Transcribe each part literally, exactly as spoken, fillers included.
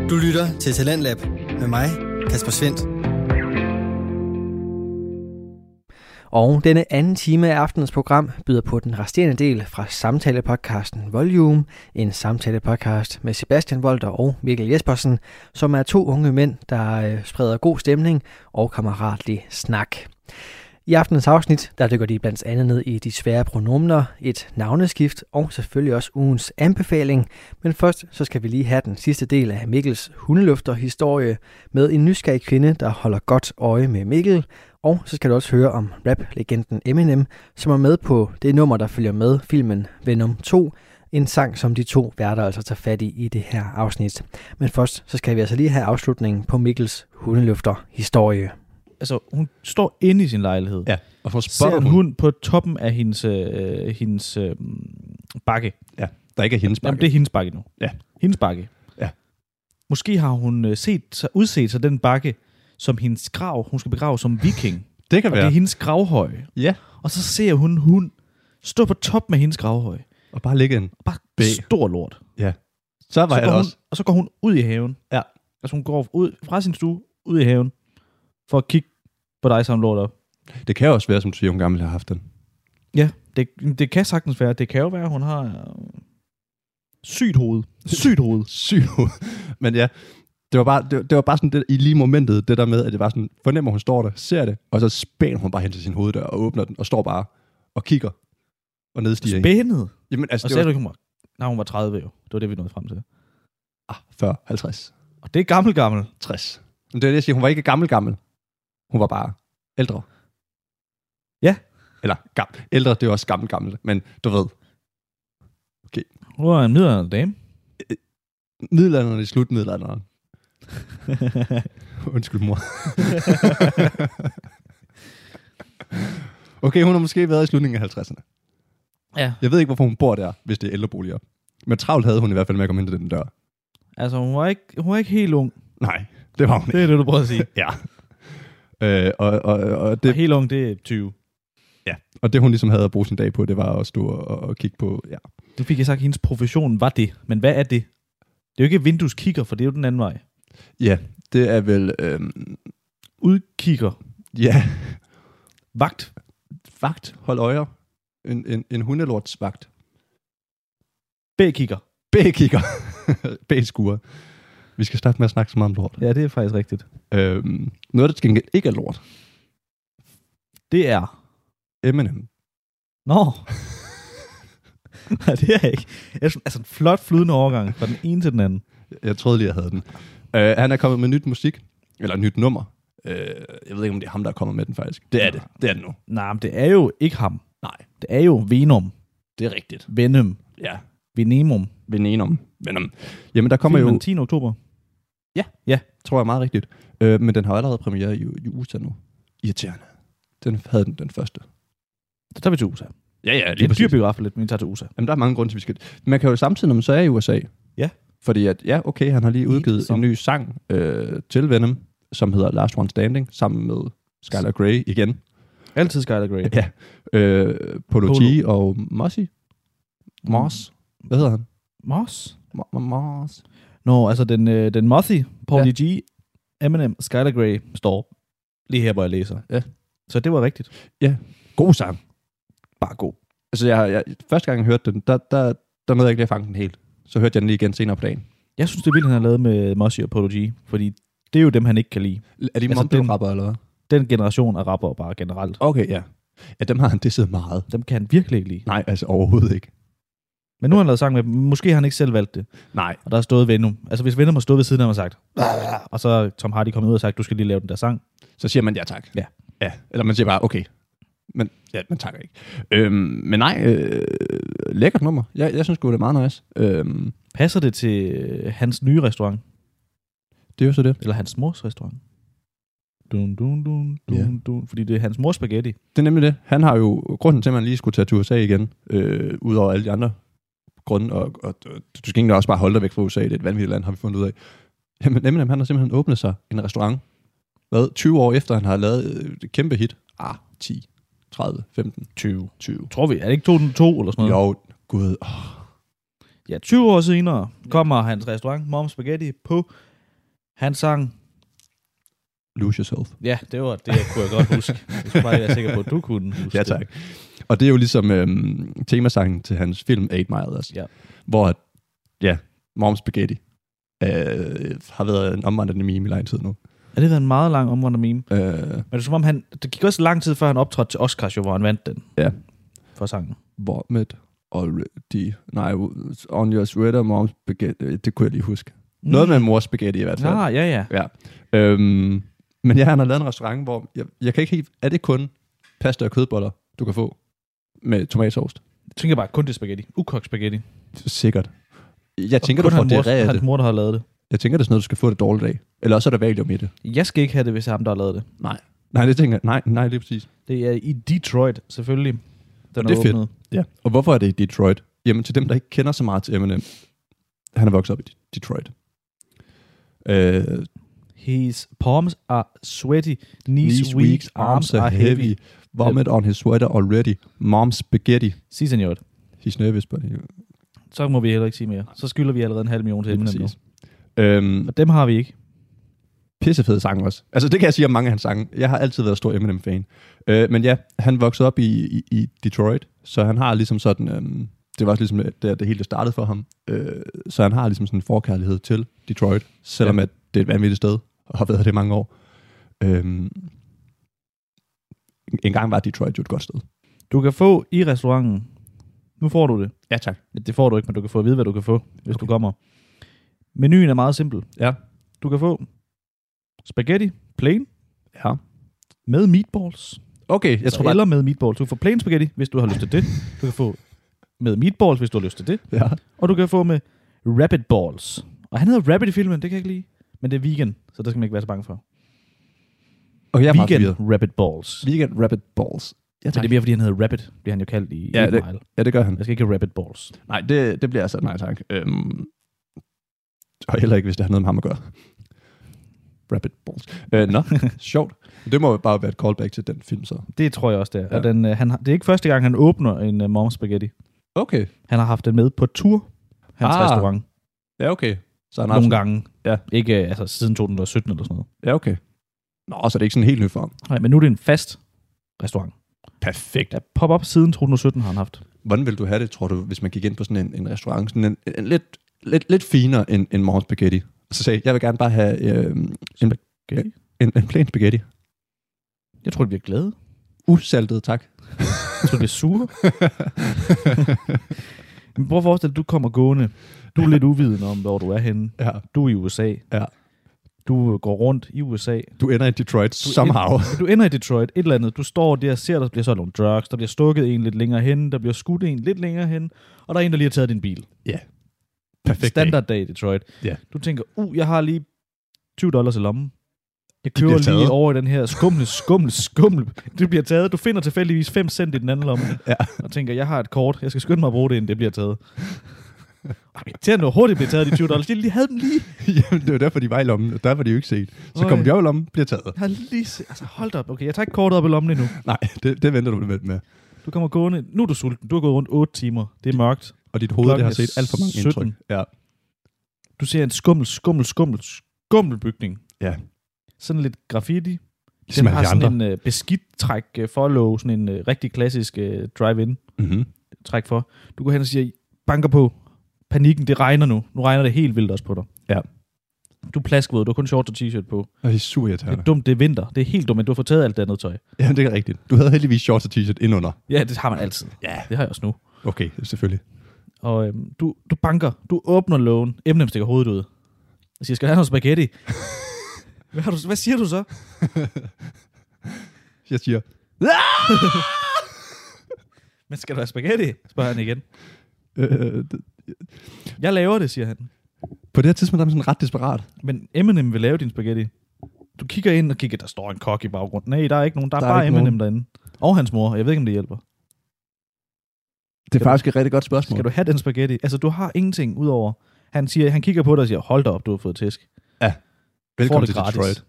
Du lytter til Talentlab med mig, Kasper Svendt. Og denne anden time af aftenens program byder på den resterende del fra samtalepodcasten Volume, en samtalepodcast med Sebastian Wolter og Mikkel Jespersen, som er to unge mænd, der spreder god stemning og kammeratlig snak. I aftenens afsnit, der dykker de blandt andet ned i de svære pronomner, et navneskift og selvfølgelig også ugens anbefaling. Men først så skal vi lige have den sidste del af Mikkels hundelufter-historie med en nysgerrig kvinde, der holder godt øje med Mikkel. Og så skal du også høre om rap-legenden Eminem, som er med på det nummer, der følger med filmen Venom to. En sang, som de to værter altså tager fat i i det her afsnit. Men først så skal vi altså lige have afslutningen på Mikkels hundelufter-historie. Altså, hun står inde i sin lejlighed. Ja, og får spotter hun. hun på toppen af hendes, øh, hendes øh, bakke. Ja, der ikke er hendes bakke. Jamen, det er hendes bakke nu. Ja. Hendes bakke. Ja. Måske har hun set sig, udset sig den bakke som hendes grav. Hun skal begrave som viking. Det kan og være. det er hendes gravhøj. Ja. Og så ser hun hun stå på toppen af hendes gravhøj. Og bare ligge en. Og bare B. stor lort. Ja. Så var så jeg hun, også. Og så går hun ud i haven. Ja. Altså hun går ud fra sin stue, ud i haven, for at kigge på dig som lort op. Det kan jo også være, som du siger, hun gerne ville have haft den. Ja, det, det kan sagtens være. Det kan jo være, hun har øh, sygt hoved. Sygt hoved. Sygt hoved. Men ja, det var bare, det, det var bare sådan det, i lige momentet, det der med, at det var sådan, fornemmer hun står der, ser det, og så spænder hun bare hen til sin hoveddør og åbner den, og står bare og kigger og nedstiger. Spændet? Jamen, altså, og det sagde var... du ikke, hun var... Nej, hun var tredive jo. Det var det, vi nåede frem til. Ah, fyrre, halvtreds. Og det er gammel, gammel. tres. Men det er det, jeg siger. Hun var ikke gammel, gammel. Hun var bare ældre. Ja. Eller gammel. Ældre, det er også gammel, gammel. Men du ved. Okay. Hun var en middelaldrende dame. Middelalderen i slut middelalderen. Undskyld, mor. Okay, hun har måske været i slutningen af halvtredserne. Ja. Jeg ved ikke, hvorfor hun bor der, hvis det er ældreboliger. Men travlt havde hun i hvert fald med at komme ind til den dør. Altså, hun var ikke, hun var ikke helt ung. Nej, det var hun ikke. Det er det, du prøver at sige. Ja. Øh, og, og, og, det, og helt ung, det er tyve. Ja, og det hun ligesom havde at bruge sin dag på, det var at stå og, og kigge på, ja. Det fik jeg sagt, at hendes profession var det. Men hvad er det? Det er jo ikke vindueskigger, for det er jo den anden vej. Ja, det er vel... Øhm, udkigger. Ja. Vagt. Vagt, hold øjer. En, en, en hundelorts vagt. B-kigger. B-kigger. B-skuer. Vi skal starte med at snakke så meget om lort. Ja, det er faktisk rigtigt. Øhm, noget, der til gengæld ikke er lort. Det er... Eminem. Nå. Nej, det er ikke. Altså en flot flydende overgang fra den ene til den anden. Jeg troede lige, jeg havde den. Uh, han er kommet med nyt musik. Eller nyt nummer. Uh, jeg ved ikke, om det er ham, der er kommet med den faktisk. Det er det. Det er det nu. Nej, men det er jo ikke ham. Nej. Det er jo Venom. Det er rigtigt. Venom. Ja. Venemum. Venom. Venom. Jamen, der kommer filmen jo... tiende oktober. Ja. Ja. Tror jeg er meget rigtigt. Uh, men den har allerede premiere i, i U S A nu. Irriterende. Den havde den den første. Så tager vi til U S A. Ja, ja. Det er en dyr biograf lidt, men vi tager til U S A. Jamen, der er mange grunde til, vi skal... Man kan jo samtidig, når man så er i U S A... Ja. Fordi at, ja, okay, han har lige udgivet en ny sang øh, til Venom, som hedder Last One Standing, sammen med Skylar Grey igen. Altid Skylar Grey. Ja. Øh, Polo G og Mossy. Moss. Hvad hedder han? Moss? Moss. Nå, altså den, øh, den Mossy, Paul ja. G, Eminem, Skylar Grey står lige her, hvor jeg læser. Ja. Så det var rigtigt. Ja. God sang. Bare god. Altså, jeg, jeg, første gang jeg hørte den, der, der, der nåede jeg ikke lige at fange den helt. Så hørte jeg den lige igen senere på dagen. Jeg synes, det er vildt, han har lavet med Mossy og Polo G, fordi det er jo dem, han ikke kan lide. Er de altså, mumble-rapper, eller hvad? Den generation af rapper bare generelt. Okay, ja. Ja, dem har han disset meget. Dem kan han virkelig ikke lide. Nej, altså overhovedet ikke. Men nu har han lavet sang med dem. Måske har han ikke selv valgt det. Nej. Og der er stået Venom. Altså hvis Venom har stået ved siden af ham og sagt, og så Tom Hardy kommet ud og sagt, du skal lige lave den der sang. Så siger man ja tak. Ja. Ja. Eller man siger bare, okay. Men ja, man takker ikke. Øhm, men nej, øh, lækkert nummer. Jeg, jeg synes det er meget nice. Øhm, Passer det til hans nye restaurant? Det er jo så det. Eller hans mors restaurant? Dun, dun, dun, dun, ja. dun, fordi det er hans mors spaghetti. Det er nemlig det. Han har jo grunden til, at man lige skulle tage til U S A igen, øh, udover alle de andre grunde, og, og, og du skal egentlig også bare holde dig væk fra U S A. Det er et vanvittigt land, har vi fundet ud af. Jamen, Eminem, han har simpelthen åbnet sig en restaurant. Hvad? tyve år efter, han har lavet et kæmpe hit. Ah, ti, tredive, femten, tyve. tyve. Tror vi, er det ikke to tusind og to eller sådan noget? Jo, gud. Oh. Ja, tyve år senere kommer hans restaurant, Mom Spaghetti, på Han sang... Lose Yourself. Ja, det var det, jeg kunne jeg godt huske. Jeg skulle bare være sikker på, at du kunne huske Ja, tak. Og det er jo ligesom øhm, temasangen til hans film eight Miles, Ja. hvor, ja, Mom Spaghetti øh, har været en omvandrende meme i lang tid nu. Ja, det været en meget lang omvandrende meme. Øh, Men det er som om, han, det gik også lang tid, før han optrådte til Oscars, jo, hvor han vandt den. Ja. For sangen. Vomit already. Nej, on your sweater, Mom Spaghetti. Det kunne jeg lige huske. Mm. Noget med mor spaghetti i hvert fald. Ah, ja, ja. Ja. Øhm, men ja, han har lavet en restaurant, hvor jeg, jeg kan ikke helt... Er det kun pasta og kødboller, du kan få med tomatsauce? Jeg tænker bare kun til spaghetti. Ukogt spaghetti. Sikkert. Jeg tænker, og du får hans mor, diarré af hans det. mor, der har lavet det. Jeg tænker, det er sådan noget, du skal få det dårligt af. Eller også er der valium i det. Jeg skal ikke have det, hvis det er ham, der har lavet det. Nej. Nej, det tænker jeg. Nej, nej, lige præcis. Det er i Detroit, selvfølgelig. Den Det er fedt. åbnet. Ja. Og hvorfor er det i Detroit? Jamen, til dem, der ikke kender så meget til Eminem. Han er vokset op i Detroit. Øh, His palms are sweaty, knees, knees weak, weak, arms are heavy. Vomit on his sweater already. Mom's spaghetti. Sig, senor. He's nervous, but... Så må vi heller ikke sige mere. Så skylder vi allerede en halv million til Eminem nu. Øhm, Og dem har vi ikke. pissefede sange også. Altså, det kan jeg sige om mange af hans sange. Jeg har altid været stor Eminem-fan. Øh, men ja, han voksede op i, i, i Detroit, så han har ligesom sådan... Øhm, det var også ligesom der, det hele det startede for ham. Øh, så han har ligesom sådan en forkærlighed til Detroit, selvom ja. at det er et vanvittigt sted, og har været det i mange år. Øhm, en gang var Detroit jo et godt sted. Du kan få i restauranten... Nu får du det. Ja, tak. Det får du ikke, men du kan få at vide, hvad du kan få, hvis okay. du kommer. Menuen er meget simpel. Ja. Du kan få spaghetti, plain, Ja. med meatballs. Okay, jeg tror bare... Eller med meatballs. Du kan få plain spaghetti, hvis du har lyst til det. Du kan få med meatballs, hvis du har lyst til det. Ja. Og du kan få med rabbit balls. Og han hedder Rabbit i filmen, det kan jeg ikke lide. Men det er vegan, så det skal man ikke være så bange for. Og jeg er Vegan rabbit balls. Vegan rabbit balls. Ja, Men det bliver, fordi han hedder Rabbit, bliver han jo kaldt i ja, eight det, Mile. ja, det gør han. Jeg skal ikke have rabbit balls. Nej, det, det bliver altså nej tak. Øhm, og heller ikke, hvis det har noget med ham at gøre. Rabbit balls. Øh, Nå, sjovt. Det må jo bare være et callback til den film, så. Det tror jeg også, det er. Ja. Og den, uh, han har, det er ikke første gang, han åbner en uh, Mom's Spaghetti. Okay. Han har haft den med på tur, hans Ah. restaurant. Ja, okay. Så han har Nogle haft- gange. Ja. Ikke uh, altså, siden to tusind sytten eller sådan noget. Ja, okay. Nå, så er det ikke sådan helt nyt for ham. Nej, men nu er det en fast restaurant. Perfekt. Ja, pop-up siden to tusind sytten har han haft. Hvordan vil du have det, tror du, hvis man gik ind på sådan en, en restaurant, sådan en, en lidt, lidt, lidt finere end, end Mom's Spaghetti? Så sagde jeg vil gerne bare have øh, en, Spaghetti? en, en plain spaghetti. Jeg tror, de bliver glade. Usaltet, tak. Jeg tror, de bliver sure. Men prøv at forestille dig, du kommer gående. Du er lidt uvidende om, hvor du er henne. Ja. Du er i U S A. Ja. Du går rundt i U S A. Du ender i Detroit somehow. Ender, du ender i Detroit, et eller andet. Du står der og ser, der bliver så nogle drugs. Der bliver stukket en lidt længere hen. Der bliver skudt en lidt længere hen. Og der er en, der lige har taget din bil. Ja. Perfekt. Standard dag i Detroit. Ja. Du tænker, uh, jeg har lige tyve dollars i lommen. Jeg bliver kører lige taget. over i den her skumle, skumle, skumle. Det bliver taget. Du finder tilfældigvis fem cent i den anden lomme. Ja. Og tænker, jeg har et kort. Jeg skal skynde mig at bruge det, inden det bliver taget. Til at nå hurtigt bliver taget de tyve dollars. De havde dem lige. Jamen, det var derfor, de var i lommen. Og der var de jo ikke set. Så Øj. kommer de op i lommen, bliver taget. Jeg har lige se... Altså, hold da op. Okay, jeg tager ikke kortet op i lommen endnu. Nej, det, det venter du med. med. Du kommer gående. Nu er du sulten. Du har gået rundt otte timer. Det er mørkt. Og dit hoved, Klokken det har er set alt for mange sytten. indtryk. Ja. Du ser en skummel, skummel, skummel, skummel bygning. Ja. Sådan lidt graffiti. Ligesom Den har alle de sådan andre. en uh, beskidt træk uh, follow, sådan en uh, rigtig klassisk uh, drive-in Mm-hmm. træk for. Du går hen og siger, banker på. Panikken, det regner nu. Nu regner det helt vildt også på dig. Ja. Du er plaskvåd, du har kun shorts og t-shirt på. Og det er super Det irriterende. er dumt, det er vinter. Det er helt dumt, men du har fået taget alt det andet tøj. Ja, det er rigtigt. Du havde heldigvis shorts og t-shirt indunder. Ja, det har man altid. Ja. Det har jeg også nu. Okay, selvfølgelig. Og øhm, du, du banker, du åbner lågen. Eminem stikker hovedet ud. Jeg siger, skal jeg have noget spaghetti? hvad, har du, hvad siger du så? Jeg siger, Men skal du have spaghetti? Spørger han igen. øh, det- Jeg laver det, siger han. på det her tidspunkt er man sådan ret desperat. Men Eminem vil lave din spaghetti. Du kigger ind og kigger, der står en kok i baggrunden. Nej, der er ikke nogen. Der er, Der er bare ikke Eminem nogen. derinde. Og hans mor. Jeg ved ikke, om det hjælper. Det er Skal faktisk et rigtig godt spørgsmål. Skal du have den spaghetti? Altså, du har ingenting udover... Han, siger, han kigger på dig og siger, hold da op, du har fået tæsk. Velkommen det til gratis. Detroit.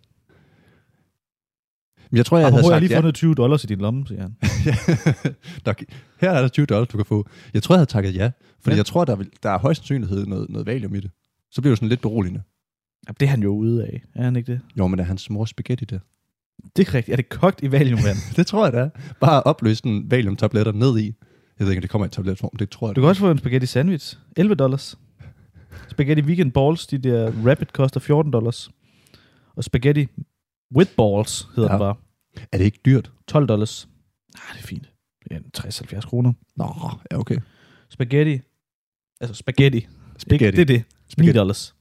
Men jeg tror, jeg Jeg havde har sagt lige ja. fundet tyve dollars i din lomme, siger han. der, her er der tyve dollars, du kan få. Jeg tror, jeg havde takket ja. Fordi Ja. ja. jeg tror, der, vil, der er højst sandsynlighed noget, noget valium i det. Så bliver du sådan lidt beroligende. Ja, det er han jo ude af. Er han ikke det? Jo, men er hans mors spaghetti det? Det er rigtigt. Er det kogt i valiumvand? Det tror jeg, det er. Bare opløse den valium-tabletter ned i. Jeg ved ikke, om det kommer i tabletform. Det tror jeg. Du kan også få en spaghetti sandwich. elleve dollars. Spaghetti weekend balls, de der rapid, koster fjorten dollars. Og spaghetti with balls hedder ja. den bare. Er det ikke dyrt? tolv dollars. Nej, det er fint. Det er tres til halvfjerds kroner. Nå, ja, okay. Spaghetti. Altså spaghetti. Spaghetti. Det er det. ni dollars.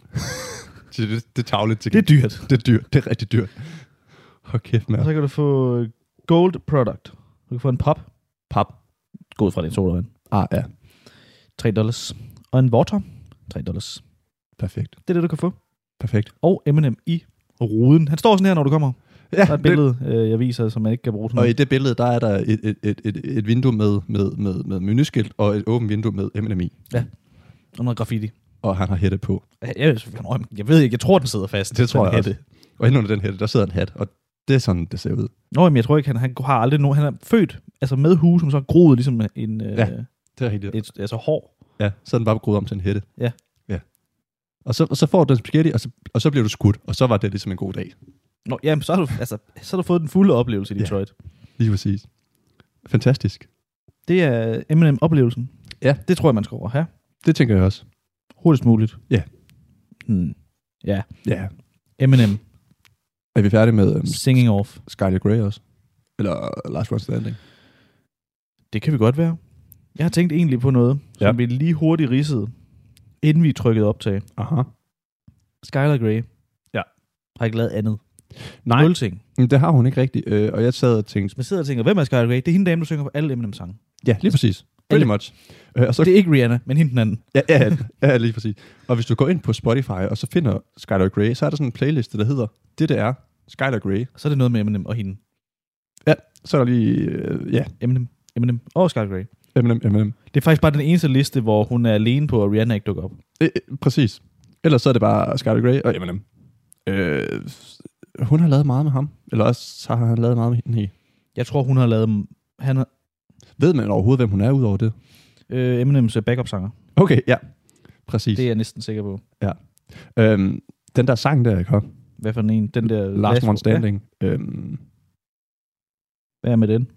det, det, det er tavligt til. Det er dyrt. Det er dyrt. Det er rigtig dyrt. Hold kæft, mand. Og så kan du få gold product. Du kan få en pop. Pop. God fra din sodavand. Ah, ja. tre dollars. Og en water. tre dollars. Perfekt. Det er det, du kan få. Perfekt. Og M and M i ruden. Han står sådan her, når du kommer. Ja, der er et billede, øh, jeg viser, som man ikke kan bruge sådan og noget. i det billede, der er der et, et, et, et, et vindue med, med, med, med menuskilt, og et åbent vindue med M and M i. Ja, og noget graffiti. Og han har hætte på. Jeg, jeg, jeg ved ikke, jeg tror, den sidder fast. Det tror jeg hætte. også. Og inde under den hætte, der sidder en hat, og det er sådan, det ser ud. Nå, men jeg tror ikke, han, han har aldrig nogen. Han er født altså med hue, som så er groet ligesom en... Ja, øh, det er rigtigt. Et, altså hår. Ja, så er den bare groet om til en hætte. Ja. Ja. Og så, og så får du den spaghetti, og så, og så bliver du skudt, og så var det ligesom en god dag. Nå, jamen, så har du, altså, så har du fået den fulde oplevelse i Detroit. Ja, lige præcis. Fantastisk. Det er M and M-oplevelsen. Ja. Det tror jeg, man skal over her. Det tænker jeg også. Hurtigst muligt. Ja. Hmm. Ja. Ja. M and M. Er vi færdige med um, Singing Off. Skyler Grey også? Eller Last One Standing? Det kan vi godt være. Jeg har tænkt egentlig på noget, ja. som vi lige hurtigt ridsede, inden vi trykkede optag. Aha. Skyler Grey. Ja. Har ikke lavet andet. Nej. Nul ting. Det har hun ikke rigtigt. Øh, og jeg sad og tænkte... Man sidder og tænker, hvem er Skyler Grey? Det er hende dame, der synger på alle Eminem-sange. Ja, lige præcis. Pretty much. Øh, og så... Det er ikke Rihanna, men hende den anden. Ja, ja, ja, lige præcis. Og hvis du går ind på Spotify, og så finder Skyler Grey, så er der sådan en playliste, der hedder, det der er Skyler Grey. Så er det noget med Eminem og hende. Ja, så er der lige... Øh, ja. Eminem, Eminem og Skyler Grey. Eminem, Eminem. Det er faktisk bare den eneste liste, hvor hun er alene på, og Rihanna ikke dukker op. Øh, præcis. Ellers så er det bare Skyler Grey og Eminem. Øh, hun har lavet meget med ham. Eller også har han lavet meget med hende i. Jeg tror, hun har lavet... Han har... Ved man overhovedet, hvem hun er udover det? Øh, Eminems backup-sanger. Okay, ja. Præcis. Det er jeg næsten sikker på. Ja. Øhm, den der sang der, ikke? Hvad for en? Den der... Last, last One Standing. Ja. Øhm, Hvad er med den?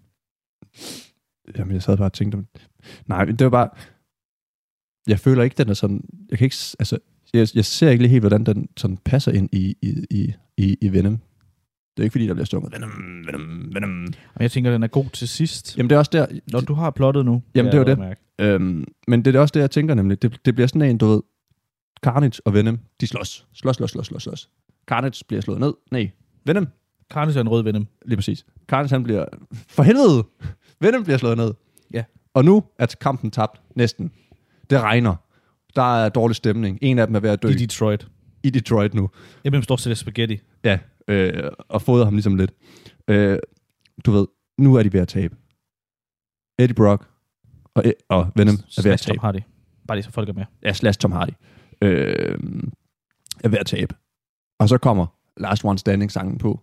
Jamen, jeg sad bare og tænkte... Nej, det var bare... Jeg føler ikke, den er sådan... Jeg kan ikke... Altså, jeg, jeg ser ikke lige helt, hvordan den sådan passer ind i, i, i, i, i Venom. Det er ikke fordi, der bliver stunget Venom, Venom, Venom. Jeg tænker, den er god til sidst. Jamen, det er også der... Når du har plottet nu. Jamen, det er jo det. Øhm, men det er også det, jeg tænker nemlig. Det, det bliver sådan en, du ved... Carnage og Venom, de slås. Slås, slås, slås, slås, slås. Carnage bliver slået ned. Nej, Venom. Carnage er en rød Venom. Lige præcis. Carnage, han bliver... For helvede! Venom bliver slået ned. Ja. Og nu er kampen tabt. Næsten. Det regner. Der er dårlig stemning. En af dem er ved at dø. I Detroit. I Detroit nu. Eminem står til det spaghetti. Ja, øh, og fodrer ham ligesom lidt. Øh, du ved, nu er de ved at tabe. Eddie Brock og, og Venom er ved at tabe. Tom Hardy. Bare lige så folk er med. Ja, slash Tom Hardy. Øh, er ved at tabe. Og så kommer Last One Standing sangen på.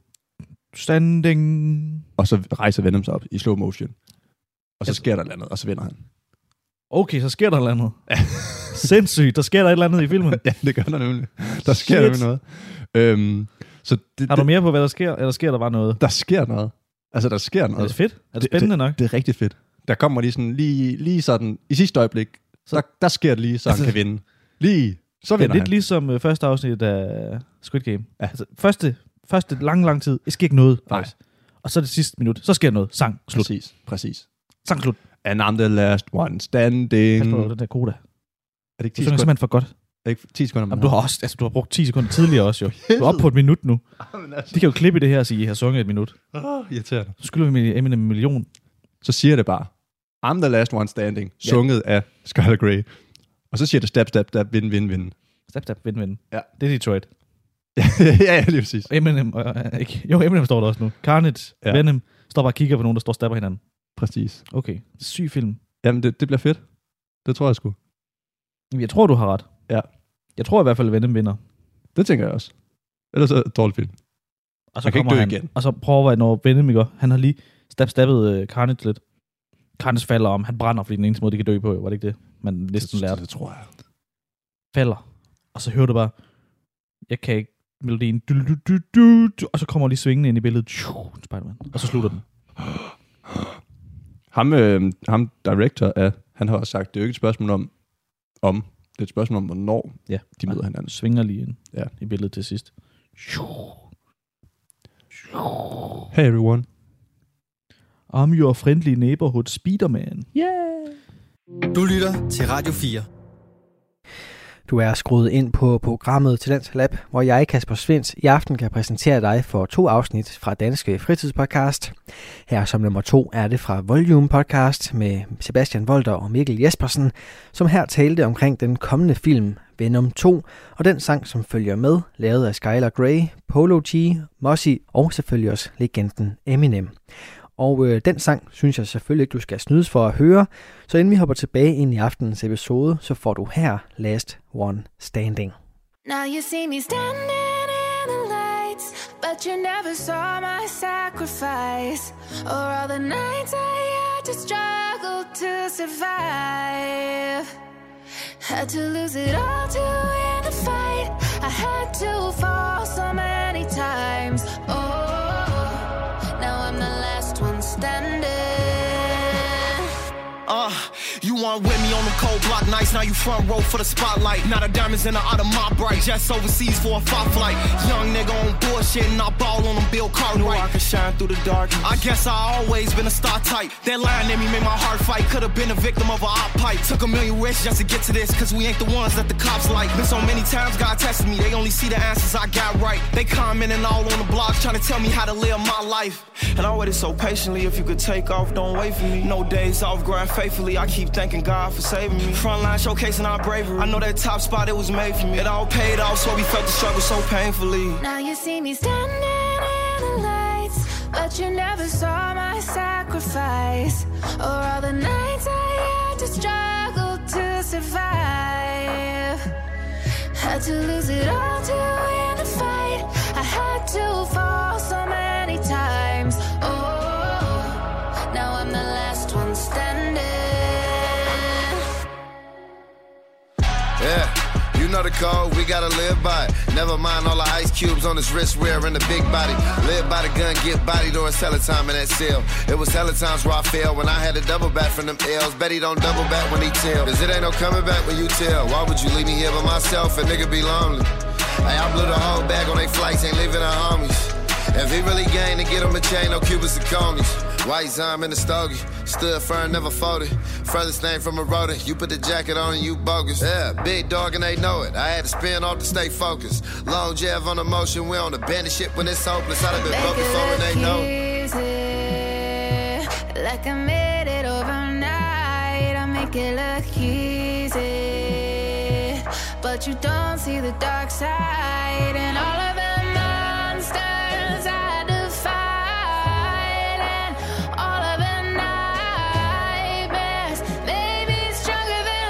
Standing. Og så rejser Venom sig op i slow motion. Og så sker der et eller andet, og så vinder han. Okay, så sker der et eller andet. Sindssygt, der sker der et eller andet i filmen. Ja, det gør der nemlig. Der sker nemlig noget. Øhm, så det, Har du mere på, hvad der sker? Eller sker der bare noget? Der sker noget. Altså, der sker noget. Er det fedt? Er det spændende det, nok? Det, det er rigtig fedt. Der kommer lige sådan, lige, lige sådan, i sidste øjeblik, så, der, der sker det lige, så altså, han kan vinde. Lige, så vinder det er han. Lidt ligesom uh, første afsnit af Squid Game. Ja. Altså, første, første lang, lang tid, det sker ikke noget, faktisk. Og så det sidste minut, så sker noget. Sang, slut. Præcis, præcis. Sang, slut. And I'm the last one standing. Pas på, den der koda. Er det ikke ti sekunder? Du synger simpelthen for godt. Er det ikke ti sekunder? Jamen, du har også, altså, du har brugt ti sekunder tidligere også, jo. Du er oppe på et minut nu. altså. De kan jo klippe i det her og sige, at I har sunget et minut. Oh, irriterende. Så skylder vi Eminem en million. Så siger det bare, I'm the last one standing, ja. Sunget af Skyler Grey. Og så siger det stab, stab, stab, vinde, vinde, vinde. Stab, stab, vinde, vinde. Ja. Det er Detroit. ja, ja, lige præcis. Og Eminem, øh, ikke. Jo, Eminem står der også nu. Carnage, ja. Venom, står bare og kigger på nogen, der står og stabber hinanden. Præcis. Okay, syg film. Jamen, det, det bliver fedt. Det tror jeg sgu. Jeg tror, du har ret. Ja. Jeg tror i hvert fald, at Venom vinder. Det tænker jeg også. Ellers er det et dårligt film. Og så man kan kommer ikke dø han, igen. Og så prøver jeg, når Venom ikke han har lige stab stabbet uh, Carnage lidt. Carnage falder om, han brænder, fordi den eneste måde, de kan dø på, var det ikke det? Man næsten lærte. Det, det tror jeg. Falder. Og så hører du bare, Jeg kan ikke melodien. Du, du, du, du, du, og så kommer lige svingende ind i billedet. Spider-Man. Og så slutter den. Ham, øh, ham director af, han har også sagt, det er jo ikke et spørgsmål om, om det er et spørgsmål om, hvornår ja, de møder hinanden. Svinger lige ind ja. i billedet til sidst. Hey everyone. I'm your friendly neighborhood Spider-Man. Yeah! Du lytter til Radio fire. Du er skruet ind på programmet Talent Lab, hvor jeg, Kasper Svinds, i aften kan præsentere dig for to afsnit fra Danske Fritidspodcast. Her som nummer to er det fra Volume Podcast med Sebastian Volter og Mikkel Jespersen, som her talte omkring den kommende film Venom to, og den sang, som følger med, lavet af Skylar Grey, Polo G, Mosey og selvfølgelig også legenden Eminem. Og øh, den sang synes jeg selvfølgelig ikke, du skal snydes for at høre. Så inden vi hopper tilbage ind i aftenens episode, så får du her Last One Standing. Now you see me standing in the lights, but you never saw my sacrifice, or all the nights I had to struggle to survive. Had to lose it all to win the fight. I had to fall so many times. Oh, now I'm the last one standing. Uh, you weren't with me on the cold block nights, now you front row for the spotlight. Now the diamonds in the out of my bright, jets overseas for a fight flight. Young nigga on bullshit and I ball on them Bill Cartwright. Knew I could shine through the dark. I guess I always been a star type. That line in me made my heart fight. Could've been a victim of a op pipe. Took a million risks just to get to this, cause we ain't the ones that the cops like. Been so many times God tested me, they only see the answers I got right. They commenting all on the blogs trying to tell me how to live my life. And I waited so patiently, if you could take off, don't wait for me. No days off, grind faithfully, I keep thanking God for saving me. Frontline showcasing our bravery, I know that top spot, it was made for me. It all paid off, so we felt the struggle so painfully. Now you see me standing in the lights, but you never saw my sacrifice, or all the nights I had to struggle to survive. Had to lose it all to win the fight. I had to fall so many times. Oh, now I'm the last one standing. Yeah, you know the code, we gotta live by it. Never mind all the ice cubes on his wrist wearing the big body. Live by the gun, get body during hella time in that cell. It was hella times where I failed when I had to double back from them L's. Bet he don't double back when he tell, cause it ain't no coming back when you tell. Why would you leave me here by myself, a nigga be lonely? Hey, I blew the whole bag on they flights, ain't leaving our homies. If he really gained to get him a chain, no Cubans and conies. White Zime in the stogie, stood firm, never folded. Furthest thing from a rotor, you put the jacket on and you bogus. Yeah, big dog and they know it. I had to spin off to stay focused. Long jab on emotion, we on the bandit shit when it's hopeless. I'd have been broke before and they know it. Like I made it overnight, I make it look easy. But you don't see the dark side and all of the monsters I had to fight, and all of the nightmares made me stronger than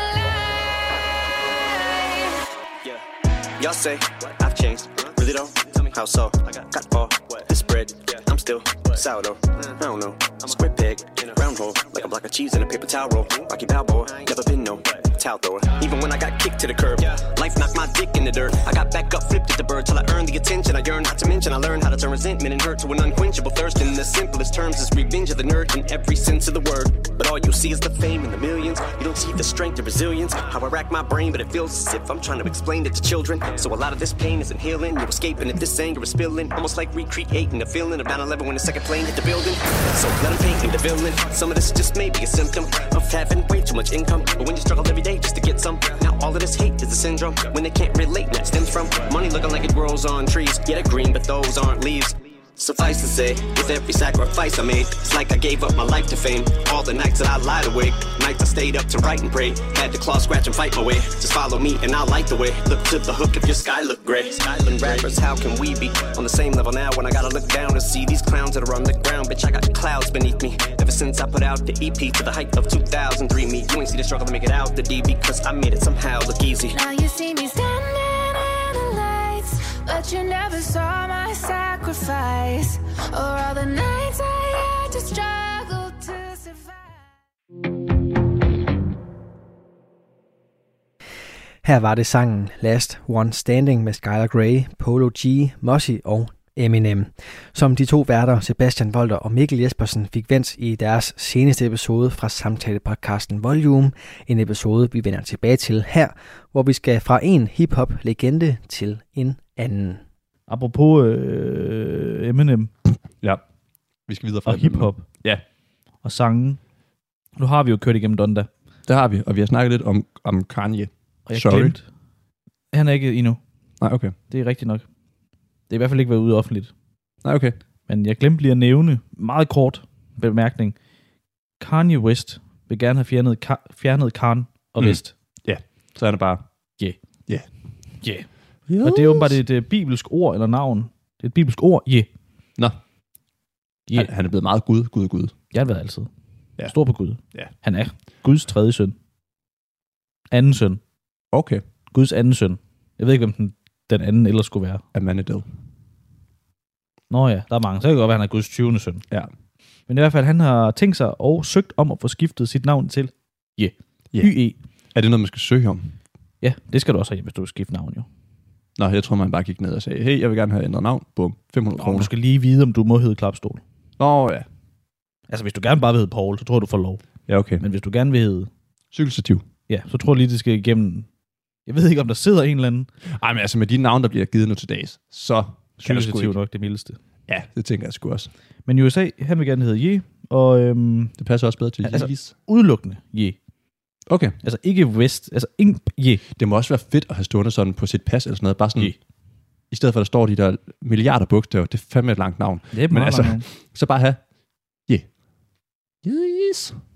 life. Yeah, y'all say I've changed, really though? Tell me how so? I got got all this bread, I'm still sourdough. I don't know, square peg, round hole, like a block of cheese in a paper towel roll. Rocky Balboa, never been no towel thrower. Even when I got kicked to the curb, life knocked my dick in the dirt. I got back up, flipped at the bird till I earned the attention I yearn. Not to mention I learned how to turn resentment and hurt to an unquenchable thirst. In the simplest terms, is revenge of the nerd in every sense of the word. But all you see is the fame and the millions. You don't see the strength and resilience. How I rack my brain, but it feels as if I'm trying to explain it to children. So a lot of this pain isn't healing. You're escaping if this anger is spilling. Almost like recreating the feeling of nine eleven when the second plane hit the building. So let them paint the villain. Some of this just may be a symptom of having way too much income. But when you struggle every day just to get some, now all of this hate is a syndrome. When they can't relate, that stems from money looking like it grows on trees. Yeah, they're green, but those aren't leaves. Suffice to say, with every sacrifice I made, it's like I gave up my life to fame. All the nights that I lied awake, nights I stayed up to write and pray. Had to claw, scratch and fight my way. Just follow me and I'll light the way. Look to the hook if your sky look gray. Skyland rappers, how can we be on the same level now when I gotta look down and see these clowns that are on the ground? Bitch, I got clouds beneath me. Ever since I put out the E P to the height of two thousand three. Me, you ain't see the struggle to make it out the D because I made it somehow look easy. Now you see me standing in the lights, but you never saw my sacrifice, or all the nights I had to struggle to survive. Her var det sangen Last One Standing med Skylar Grey, Polo G, Mossy og Eminem, som de to værter, Sebastian Volter og Mikkel Jespersen, fik vendt i deres seneste episode fra samtalepodcasten Volume, en episode, vi vender tilbage til her, hvor vi skal fra en hip-hop-legende til en anden. Apropos øh, Eminem Ja, vi skal videre fra og hip-hop Ja, og sangen. Nu har vi jo kørt igennem Donda, det har vi, og vi har snakket lidt om, om Kanye. og jeg Sorry. glemte. Han er ikke endnu. Nej, okay. Det er rigtigt nok. Det er i hvert fald ikke været ude offentligt. Nej, okay. Men jeg glemte lige at nævne, meget kort bemærkning, Kanye West vil gerne have fjernet, Ka- fjernet Khan og Mm. West. Så er det bare... Yeah. Yeah. Yeah. Og det er åbenbart et uh, bibelsk ord eller navn. Det er et bibelsk ord, yeah. Nå. Yeah. Han, han er blevet meget Gud, Gud, Gud. Jeg har været altid. Ja. Stor på Gud. Ja. Han er Guds tredje søn. Anden søn. Okay. Guds anden søn. Jeg ved ikke, hvem den, den anden ellers skulle være. Amanadel. Nå ja, der er mange. Så kan det godt være, han er Guds tyvende søn. Ja. Men i hvert fald, han har tænkt sig og søgt om at få skiftet sit navn til Yeah. Yeah. Y E. Er det noget, man skal søge om? Ja, det skal du også have, hvis du vil skifte navn jo. Nå, jeg tror, man bare gik ned og sagde, hey, jeg vil gerne have ændret navn. Bum, fem hundrede Nå, kroner. du skal lige vide, om du må hedde Klapstol. Nå, ja. Altså, hvis du gerne bare vil hedde Paul, så tror jeg, du får lov. Ja, okay. Men hvis du gerne vil hedde... Cykelstativ. Ja, så tror jeg lige, det skal igennem... Jeg ved ikke, om der sidder en eller anden... Ej, men altså med de navne, der bliver givet nu til dags, så kan det sgu Cykelstativ ikke. nok det mildeste. Ja, det tænker jeg sgu også. Men i U S A, han vil gerne hedde Ye, og øhm, Det passer også bedre til Altså- Yeezys. udelukkende Ye. Okay. Altså ikke West, altså ingen Ye. Det må også være fedt at have stående sådan på sit pas eller sådan noget. Bare sådan, Ye. i stedet for, at der står de der milliarder bogstaver, det er fandme et langt navn. Det er Men meget altså- langt Så bare have Ye. Yes. navn.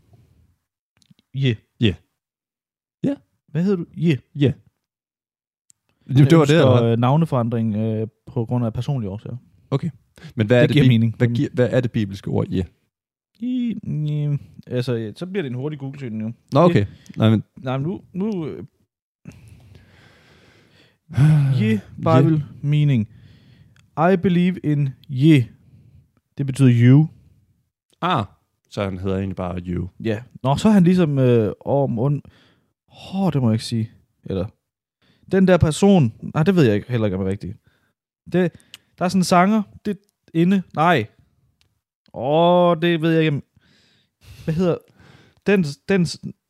Ye. Ye. Ja. Hvad hedder du? Ye. Yeah. Det, det var det, eller hvad? Og navneforandring øh, på grund af personlige årsager. Men hvad er Det det, giver bi- mening. Hvad, giver, hvad er det bibelske ord? Yeah. I, i, altså, så bliver det en hurtig Google-søgning jo. Nå, okay. Nej, men... Nej, men nu... nu øh, Ye, Bible meaning. I believe in Ye. Det betyder you. Ah, så han hedder egentlig bare you. Ja. Nå, så er han ligesom øh, om und. Åh, oh, det må jeg ikke sige. Eller, den der person. Nej, det ved jeg ikke, heller ikke, om det er rigtigt. Det, der er sådan en sanger. Det inde. Nej. Åh, oh, det ved jeg ikke. om- Hvad hedder... Den, den,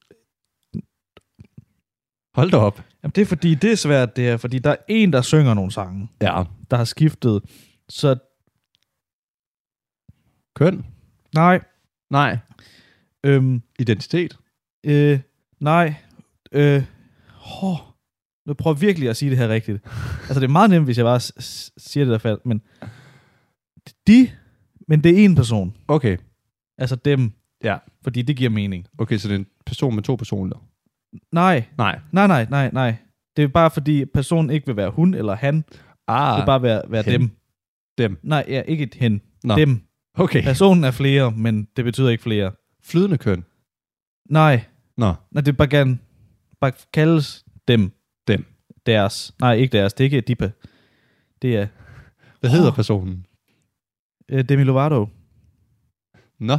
Hold da op. jamen, det er fordi, det er svært, det her. Fordi der er en, der synger nogle sange, Ja. der har skiftet. Så Køn? nej. Nej. Øhm, Identitet? øh, nej. Øh, oh, nu prøver jeg virkelig at sige det her rigtigt. Altså, det er meget nemt, hvis jeg bare s- s- siger det der fald, men de, men det er en person. Okay. Altså dem. Ja. Fordi det giver mening. Okay, så det er en person med to personer. Nej, Nej. nej, nej, nej, nej. Det er bare fordi personen ikke vil være hun eller han. Ah. Det vil bare være, være hen. dem. Dem. Nej, ja, ikke et hen. Nå. Dem. Okay. Personen er flere, men det betyder ikke flere. Flydende køn. Nej, Nå. nej, det er bare gerne bare kaldes dem. Dem. Deres. Nej, ikke deres. Det er ikke Dipa. Det er Hvad hedder personen? uh, Demi Lovato. Nå.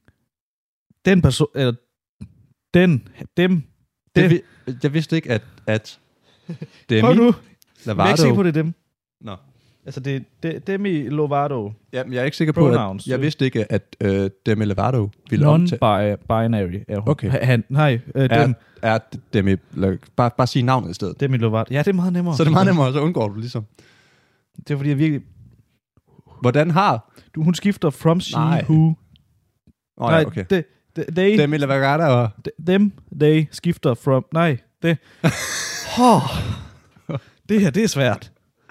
Den person, eller den, dem, Det, det. vi, jeg vidste ikke, at, at Demi Prøv nu. Jeg er Lovato... ikke sikker på, det er dem. Nå. Altså, det er de, Demi Lovato. Jamen, jeg er ikke sikker på, Pronouns. at... Jeg vidste ikke, at uh, Demi Lovato ville omtale... Non-binary er hun. Okay. Han, nej, øh, Er, dem, er Demi... Bare, bare sige navnet i stedet. Demi Lovato. Ja, det er meget nemmere. Så er det meget nemmere, så undgår du ligesom. Det er fordi, jeg virkelig... Hvordan har... Du, hun skifter from, she, Nej. who. Åh oh, ja, okay. de, de, they, Demi Lovato og... de, them, they skifter from... Nej, det... oh, det her, det er svært.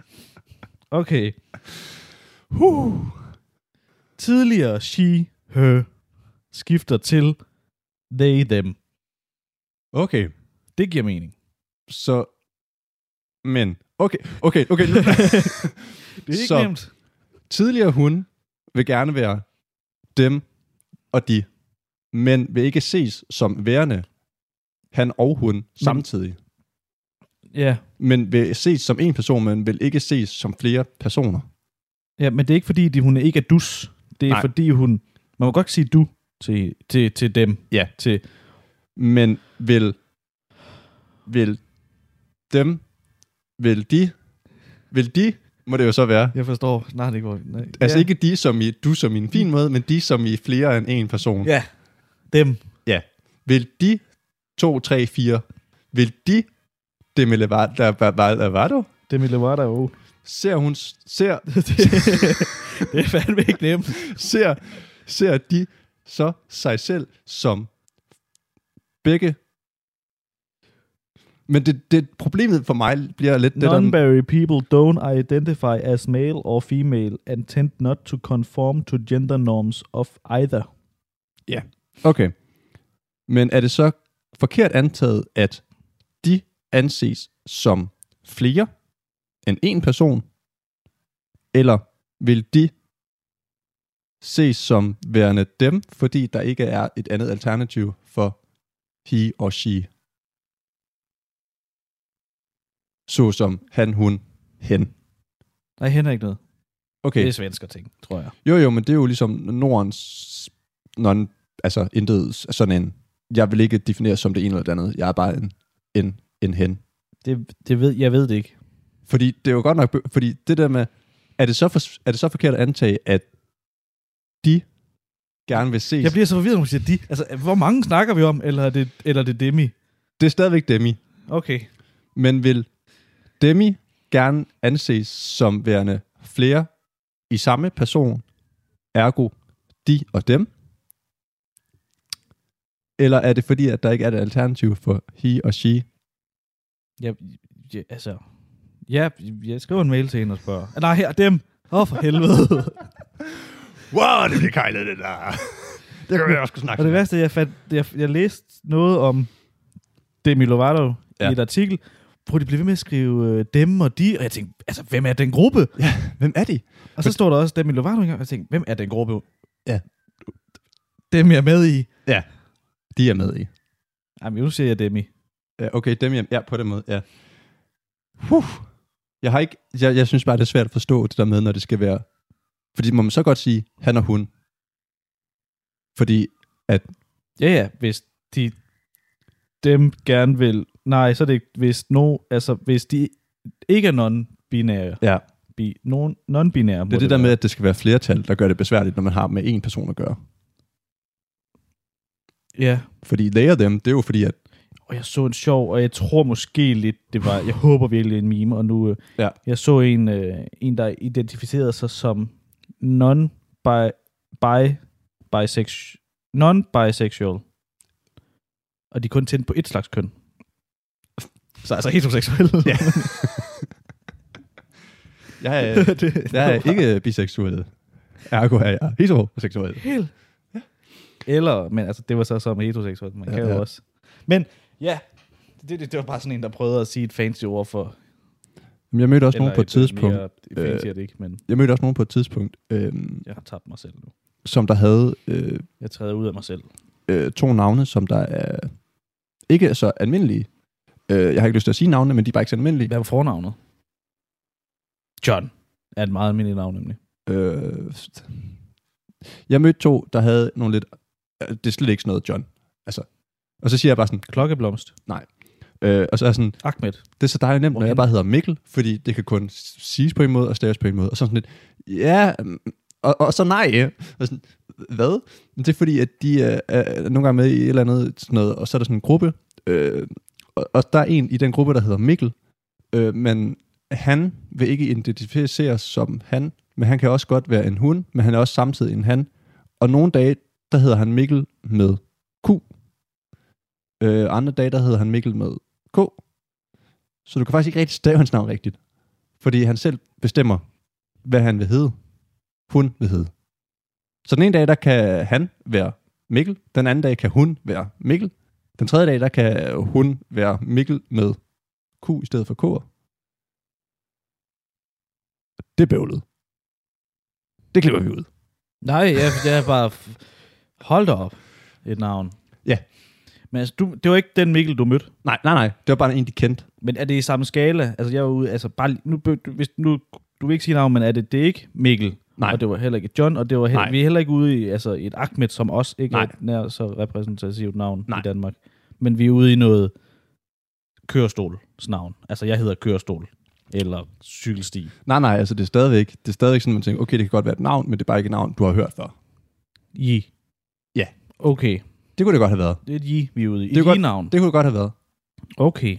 Okay. Huh. Tidligere she, her skifter til they, them. Okay. Det giver mening. Så... Men... Okay, okay, okay. Nu. Det er ikke Så- nemt. Tidligere hun vil gerne være dem og de, men vil ikke ses som værende han og hun samtidig. Ja. Men vil ses som en person, men vil ikke ses som flere personer. Ja, men det er ikke fordi, de, hun ikke er dus. Det er Nej. fordi, hun... Man må godt sige du til, til, til dem. Ja. Til, Men vil, vil dem, vil de, vil de, må det jo så være. Jeg forstår snart ikke, hvor... Nej. Altså ja. ikke de som i, du som i en fin måde, men de som i flere end en person. Ja, dem. Ja. Vil de, to, tre, fire, vil de, det med Lovato, Dem i Lovato, jo. ser hun, ser, Det er fandme ikke nemt. ser, ser de så sig selv som begge. Men det, det problemet for mig bliver lidt det der... Non-binary people don't identify as male or female and tend not to conform to gender norms of either. Ja, okay. Men er det så forkert antaget, at de anses som flere end en person? Eller vil de ses som værende dem, fordi der ikke er et andet alternativ for he og she? Så som han, hun, hen. Nej, hen er ikke noget. Okay. Det er svensker ting, tror jeg. Jo, jo, men det er jo ligesom Nordens, non, altså intet sådan en, jeg vil ikke definere som det ene eller det andet, jeg er bare en, en, en hen. Det, det ved, jeg ved det ikke. Fordi det er jo godt nok, fordi det der med, er det så, for, er det så forkert at antage, at de gerne vil ses? Jeg bliver så forvirret, når du siger de. Altså, hvor mange snakker vi om, eller er det, eller er det demi? Det er stadigvæk demi. Okay. Men vil demi gerne anses som værende flere i samme person, ergo de og dem? Eller er det fordi, at der ikke er et alternativ for he og she? Ja, ja altså... Ja, jeg skriver en mail til hende og spørger. Ah, nej, her, dem! Åh, oh, for helvede. Wow, det bliver kejlet, det der. Det kan vi også snakke Og det værste, jeg, fandt, jeg, jeg læste noget om Demi Lovato ja. i et artikel, hvor de blev ved med at skrive øh, dem og de, og jeg tænkte, altså, hvem er den gruppe? Ja, hvem er de? Og så står der også Demi Lovato engang, og jeg tænkte, hvem er den gruppe? Ja. Dem, jeg er med i. Ja, de er med i. Jamen, nu siger jeg Demi. Ja, okay, dem, ja, på den måde, ja. Huh. Jeg har ikke, jeg, jeg synes bare, det er svært at forstå det der med, når det skal være, fordi må man så godt sige, han og hun. Fordi at... Ja, ja, hvis de dem gerne vil... Nej, så er det ikke, hvis no, altså, hvis de ikke er non-binære. Ja. Bi, non, non-binære. Det er det, det der være. Med, at det skal være flertal, der gør det besværligt, når man har med en person at gøre. Ja. Fordi they og dem, det er jo fordi, at... Og jeg så en sjov, og jeg tror måske lidt, det var, jeg håber virkelig en meme, og nu, ja. Jeg så en, øh, en, der identificerede sig som non-bi, bi, bisexual, non-bisexual. Og de kun tændte på et slags køn. Så altså heteroseksuel. Ja. jeg, er, det, jeg er ikke biseksuel. Ergo er jeg heteroseksuel. Helt. Ja. Eller, men altså, det var så som heteroseksuel. Man ja, kan ja. jo også. Men ja, det, det, det var bare sådan en, der prøvede at sige et fancy ord for... Jeg mødte også nogen på et tidspunkt... Mere fancy er det ikke, men... Jeg mødte også nogen på et tidspunkt... Øhm, jeg har tabt mig selv nu. Som der havde... Øh, jeg træder ud af mig selv. Øh, to navne, som der er ikke så almindelige. Øh, jeg har ikke lyst til at sige navne, men de er bare ikke så almindelige. Hvad var fornavnet? John er et meget almindeligt navn, nemlig. Øh, jeg mødte to, der havde nogle lidt... Det er slet ikke sådan noget John. Altså... Og så siger jeg bare sådan... Klokkeblomst. Nej. Øh, og så er sådan... Ahmed. Det er så dejligt nemt, når jeg bare hedder Mikkel, fordi det kan kun siges på en måde og staves på en måde. Og så sådan lidt... Ja... Og, og så nej. Og sådan, hvad? Det er fordi, at de er, er nogle gange med i et eller andet sådan noget, og så er der sådan en gruppe. Øh, og, og der er en i den gruppe, der hedder Mikkel. Øh, men han vil ikke identificeres som han, men han kan også godt være en hun, men han er også samtidig en han. Og nogle dage, der hedder han Mikkel med Q. Øh, andre dage, der hedder han Mikkel med K. Så du kan faktisk ikke rigtig stave hans navn rigtigt. Fordi han selv bestemmer, hvad han vil hedde. Hun vil hedde. Så den ene dag, der kan han være Mikkel. Den anden dag kan hun være Mikkel. Den tredje dag, der kan hun være Mikkel med Q i stedet for K'er. Det er bøvlet. Det klipper vi ud. Nej, jeg, jeg er bare... Hold da op. Et navn. Ja. Men altså, du, det var ikke den Mikkel, du mødte? Nej, nej, nej. Det var bare en, de kendte. Men er det i samme skala? Altså, jeg var ude... Altså, bare... Nu, hvis, nu, du vil ikke sige navn, men er det, det er ikke Mikkel? Nej. Og det var heller ikke John, og det var heller, vi er heller ikke ude i altså, et Ahmed, som også ikke Nej. er et nær så repræsentativt navn Nej. i Danmark. Men vi er ude i noget kørestols navn. Altså, jeg hedder kørestol. Eller cykelsti. Nej, nej, altså det er stadigvæk, det er stadigvæk sådan, man tænker, okay, det kan godt være et navn, men det er bare ikke et navn, du har hørt før. Yi. Ja. Okay. Det kunne det godt have været. Det er et Yi, vi er ude i. Det Et godt, Yi-navn. det kunne det godt have været. Okay.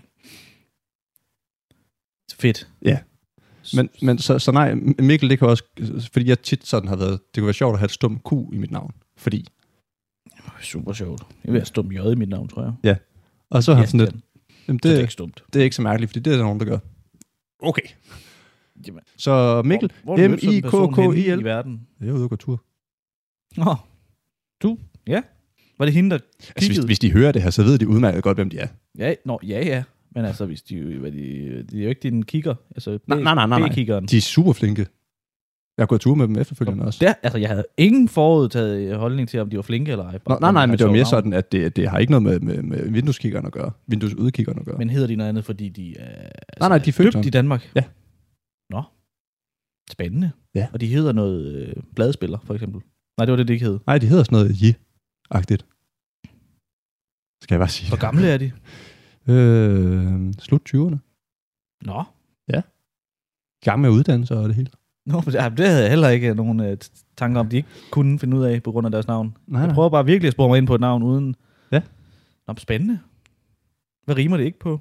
Fedt. Ja. Men, men så, så nej, Mikkel, det kan også, fordi jeg tit sådan har været, det kunne være sjovt at have et stum Q i mit navn, fordi. Super sjovt. Jeg vil have stum J i mit navn, tror jeg. Ja. Og så har jeg sådan lidt, jamen det, det er ikke stumt. Det er ikke så mærkeligt, fordi det er der nogen, der gør. Okay. Jamen. Så Mikkel, hvor, hvor M I K K I L. i verden? Jeg er ude og gå tur. Nå, du? Ja. Var det hende, der kiggede? Altså, hvis, hvis de hører det her, så ved de udmærket godt, hvem de er. Ja, nå, ja, ja. Men altså, hvis de, hvad de, de er jo ikke din kigger. Altså, Nej, nej, nej, nej, nej. B-kiggeren. De er super flinke. Jeg har gået tur med dem efterfølgende også. Der, altså, jeg havde ingen forudtaget holdning til, om de var flinke eller ej. Nå, nej, nej, men det var mere sådan, at det, det har ikke noget med, med, med vindueskiggeren at gøre. Vinduesudkiggeren at gøre. Men hedder de noget andet, fordi de er, altså, nej, nej, de er født døbt i Danmark? Ja. Nå. Spændende. Ja. Og de hedder noget øh, bladspiller, for eksempel. Nej, det var det, det ikke hed. Nej, de hedder sådan noget J-agtigt. Skal jeg bare sige. Hvor gamle er de? øh, slut tyverne. Nå. Ja. Gang med uddannelse og det hele. Nå, det havde jeg heller ikke nogen øh, tanker om, de ikke kunne finde ud af på grund af deres navn. Nej, jeg nej. prøver bare virkelig at spore mig ind på et navn uden... Ja. Nå, spændende. Hvad rimer det ikke på?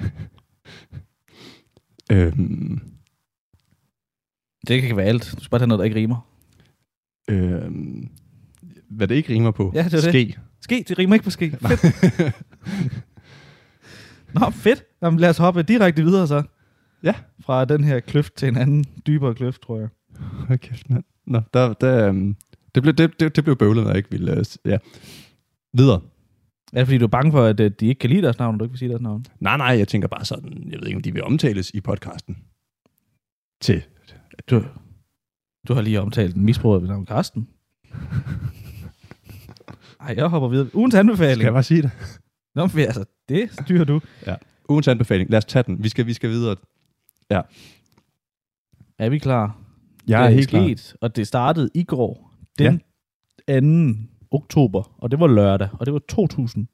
øhm, det kan være alt. Du skal bare tage noget, der ikke rimer. øhm, hvad det ikke rimer på? Ja, det er ske. det. Ske, det rimer ikke på ske. Fedt. Nå, fedt. Jamen, lad os hoppe direkte videre så. Ja. Fra den her kløft til en anden, dybere kløft, tror jeg. Hold kæft, mand. Nå, der, der, um, det, blev, det, det, det blev bøvlet, når jeg ikke ville... Uh, ja. Videre. Er det fordi, du er bange for, at de ikke kan lide deres navn, og du ikke vil sige deres navn? Nej, nej, jeg tænker bare sådan... Jeg ved ikke, om de vil omtales i podcasten. Til... Du, du har lige omtalt en misbruger ved navn Karsten. Ej, jeg hopper videre. Ugens anbefaling. Skal jeg bare sige det? Nå, men altså, det styrer du. Ja. Ugens anbefaling. Lad os tage den. Vi skal, vi skal videre. Ja. Er vi klar? Jeg det er helt sket, klar. Og det startede i går, den ja. anden oktober, og det var lørdag, og det var to tusind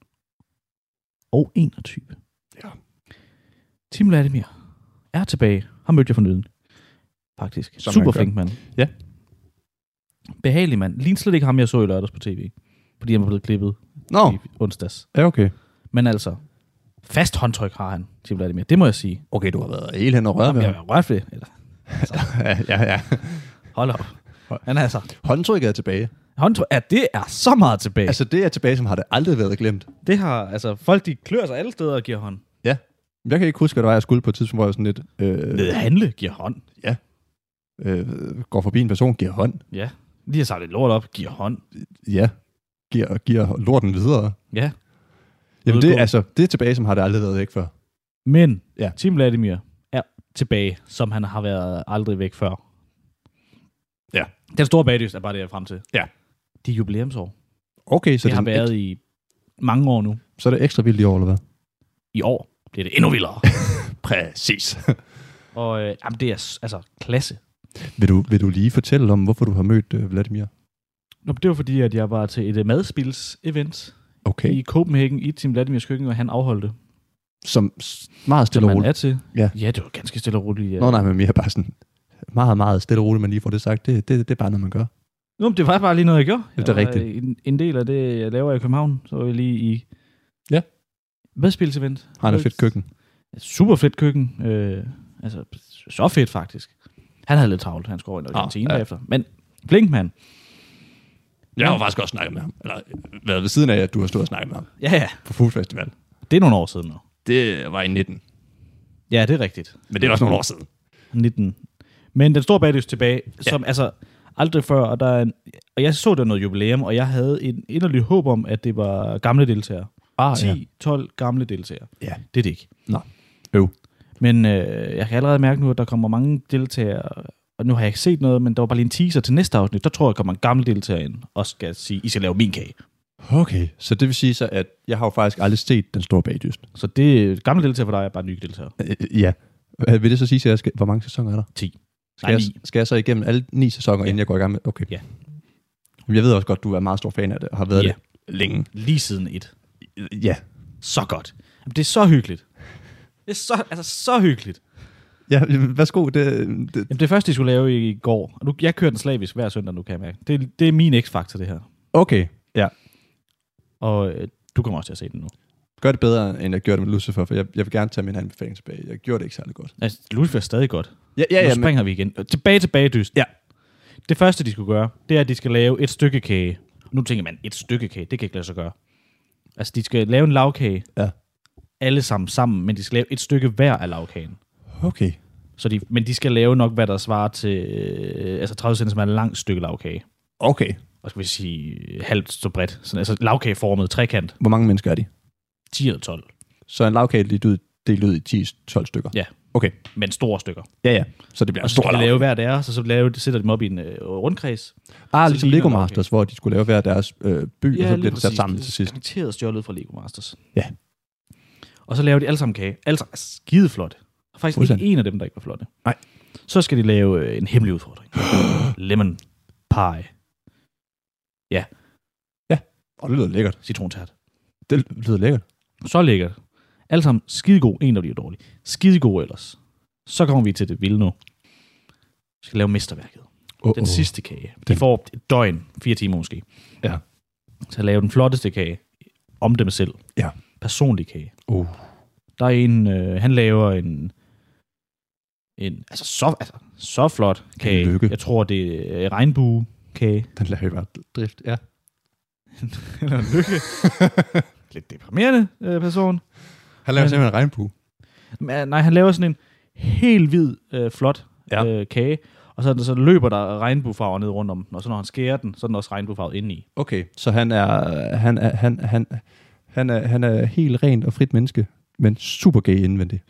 og enogtyve. Ja. Tim Vladimir er tilbage. Har mødt jer fornøden. Faktisk. Som super flink mand. Ja. Behagelig mand. Ligner slet ikke ham, jeg så i lørdags på tv. Fordi han var blevet klippet Nå. i onsdags. Ja, okay. Men altså, fast håndtryk har han, Tim Vladimir. Det må jeg sige. Okay, du har været helt hen og rørt ved Jeg ham. har rørt ved. Eller, altså, ja, ja, ja. hold op. Men altså, håndtrykket er tilbage. Håndtryk, ja, det er så meget tilbage. Altså, det er tilbage, som har det aldrig været glemt. Det har, altså, folk de klør sig alle steder og giver hånd. Ja. Jeg kan ikke huske, hvad det var, jeg skulle på et tidspunkt, hvor jeg sådan lidt... Øh, Ved handle, giver hånd. Ja. Øh, går forbi en person, giver hånd. Ja. Lige har sagt lidt lort op, giver hånd. Ja. Giver, giver lorten videre. Ja. Jamen, det, altså, det er tilbage, som har det aldrig været væk før. Men ja. Tim Vladimir er tilbage, som han har været aldrig væk før. Ja. Den store bagdyst er bare det, jeg er frem til. Ja. Det er jubilæumsår. Okay, så det, det har er været i mange år nu. Så er det ekstra vildt i år, eller hvad? I år bliver det endnu vildere. Præcis. Og øh, jamen, det er altså klasse. Vil du, vil du lige fortælle om, hvorfor du har mødt øh, Vladimir? Nå, det var fordi, at jeg var til et uh, madspils-event okay. i Copenhagen i Tim Vladimirs køkken, og han afholdte. Som meget stille og roligt. er til. Ja. ja, det var ganske stille og roligt. Ja. Nå nej, men mere bare sådan meget, meget stille og roligt, man lige får det sagt. Det, det, det er bare noget, man gør. Nå, det var bare lige noget, jeg gjorde. Det er jeg rigtigt. En, en del af det, jeg laver i København, så var jeg lige i ja. madspils-event. Har han et fedt køkken? Super fedt køkken. Øh, altså, så fedt faktisk. Han havde lidt travlt, han skulle over i noget kantine ja. efter. Men flink mand. Jeg har faktisk også snakket med ham. Eller været ved siden af, at du har stået og snakket med ham. Ja, ja. På Food Festival. Det er nogle år siden nu. Det var i nitten. Ja, det er rigtigt. Men det er også nogle år siden. nitten. Men den store bagdyst tilbage, ja. som altså aldrig før, og der er en, og jeg så der noget jubilæum, og jeg havde en inderlig håb om, at det var gamle deltagere. Ah, ti ja. tolv gamle deltagere. Ja. Det er det ikke. Nå. Øv. Men øh, jeg kan allerede mærke nu, at der kommer mange deltagere, og nu har jeg ikke set noget, men der var bare lige en teaser til næste afsnit. Der tror jeg, der kommer en gammel deltager ind, og skal sige, I skal lave min kage. Okay, så det vil sige så, at jeg har jo faktisk aldrig set den store bagdyst. Så det gamle deltager for dig er bare nye deltager. Øh, ja. Vil det så sige, at jeg skal, hvor mange sæsoner er der? ti. Skal, Nej, jeg, skal jeg så igennem alle ni sæsoner, ja. inden jeg går i gang med? Okay. Ja. Jeg ved også godt, du er meget stor fan af det, og har været ja. det længe. Lige siden et. Ja. Så godt. Det er så hyggeligt. Det er så, altså, så hyggeligt. Ja, værsgo. Det, det. Jamen, det første, de skulle lave i går, og nu, jeg kører den slavisk hver søndag, nu kan jeg mærke. Det, det er min X-faktor, det her. Okay, ja. Og øh, du kommer også til at se den nu. Gør det bedre, end jeg gjorde det med Lucifer, for jeg, jeg vil gerne tage min anbefaling tilbage. Jeg gjorde det ikke særlig godt. Altså, Lucifer er stadig godt. Ja, ja, ja. Nu springer men... vi igen. Tilbage til bagedyst. Ja. Det første, de skulle gøre, det er, at de skal lave et stykke kage. Nu tænker man, et stykke kage, det kan ikke lade sig gøre. Altså, de skal lave en lavkage. Ja. Alle sammen sammen, men de skal lave et stykke hver af lavkagen. Okay. Så de, men de skal lave nok, hvad der svarer til øh, altså tredive centimeter et langt stykke lavkage. Okay. Og skal vi sige halvt så bredt. Sådan, altså lavkageformet trekant. Hvor mange mennesker er de? ti eller tolv. Så en lavkage delt ud, delt ud i ti til tolv stykker? Ja. Okay. Men store stykker. Ja, ja. Så det bliver og så en stor skal de lave hver deres, og så lave, sætter de dem op i en øh, rundkreds. Ah, så ligesom Lego Masters, hvor de skulle lave hver deres øh, by, ja, og så bliver det sat præcis. sammen til sidst. Garanteret stjålet fra Lego Masters. Ja. Og så laver de alle sammen kage. Alle sammen er skideflotte. Der er faktisk ikke en af dem, der ikke var flotte. Nej. Så skal de lave øh, en hemmelig udfordring. Lemon pie. Ja. Ja, og det lyder lækkert. Citrontært. Det lyder lækkert. Så lækkert. Alle sammen skidegod. En af de er dårlig. Skidegod ellers. Så kommer vi til det vilde nu. Vi skal lave mesterværket. Oh, den oh. sidste kage. De får et døgn. Fire timer måske. Ja. Så lave den flotteste kage. Om dem selv. Ja. Personlig kage. Oh. Der er en, øh, han laver en, en altså, så, altså så flot kage. Jeg tror, det er regnbuekage. Den laver jo bare drift, ja. Eller en lykke. Lidt deprimerende øh, person. Han laver Men, simpelthen en regnbue. Nej, han laver sådan en helt hvid, øh, flot ja. øh, kage. Og så, så løber der regnbuefarver ned rundt om den. Og så når han skærer den, så er den også regnbuefarvet indeni. Okay, så han er, han er, han, han, han er, han er helt rent og frit menneske, men super gay indvendigt.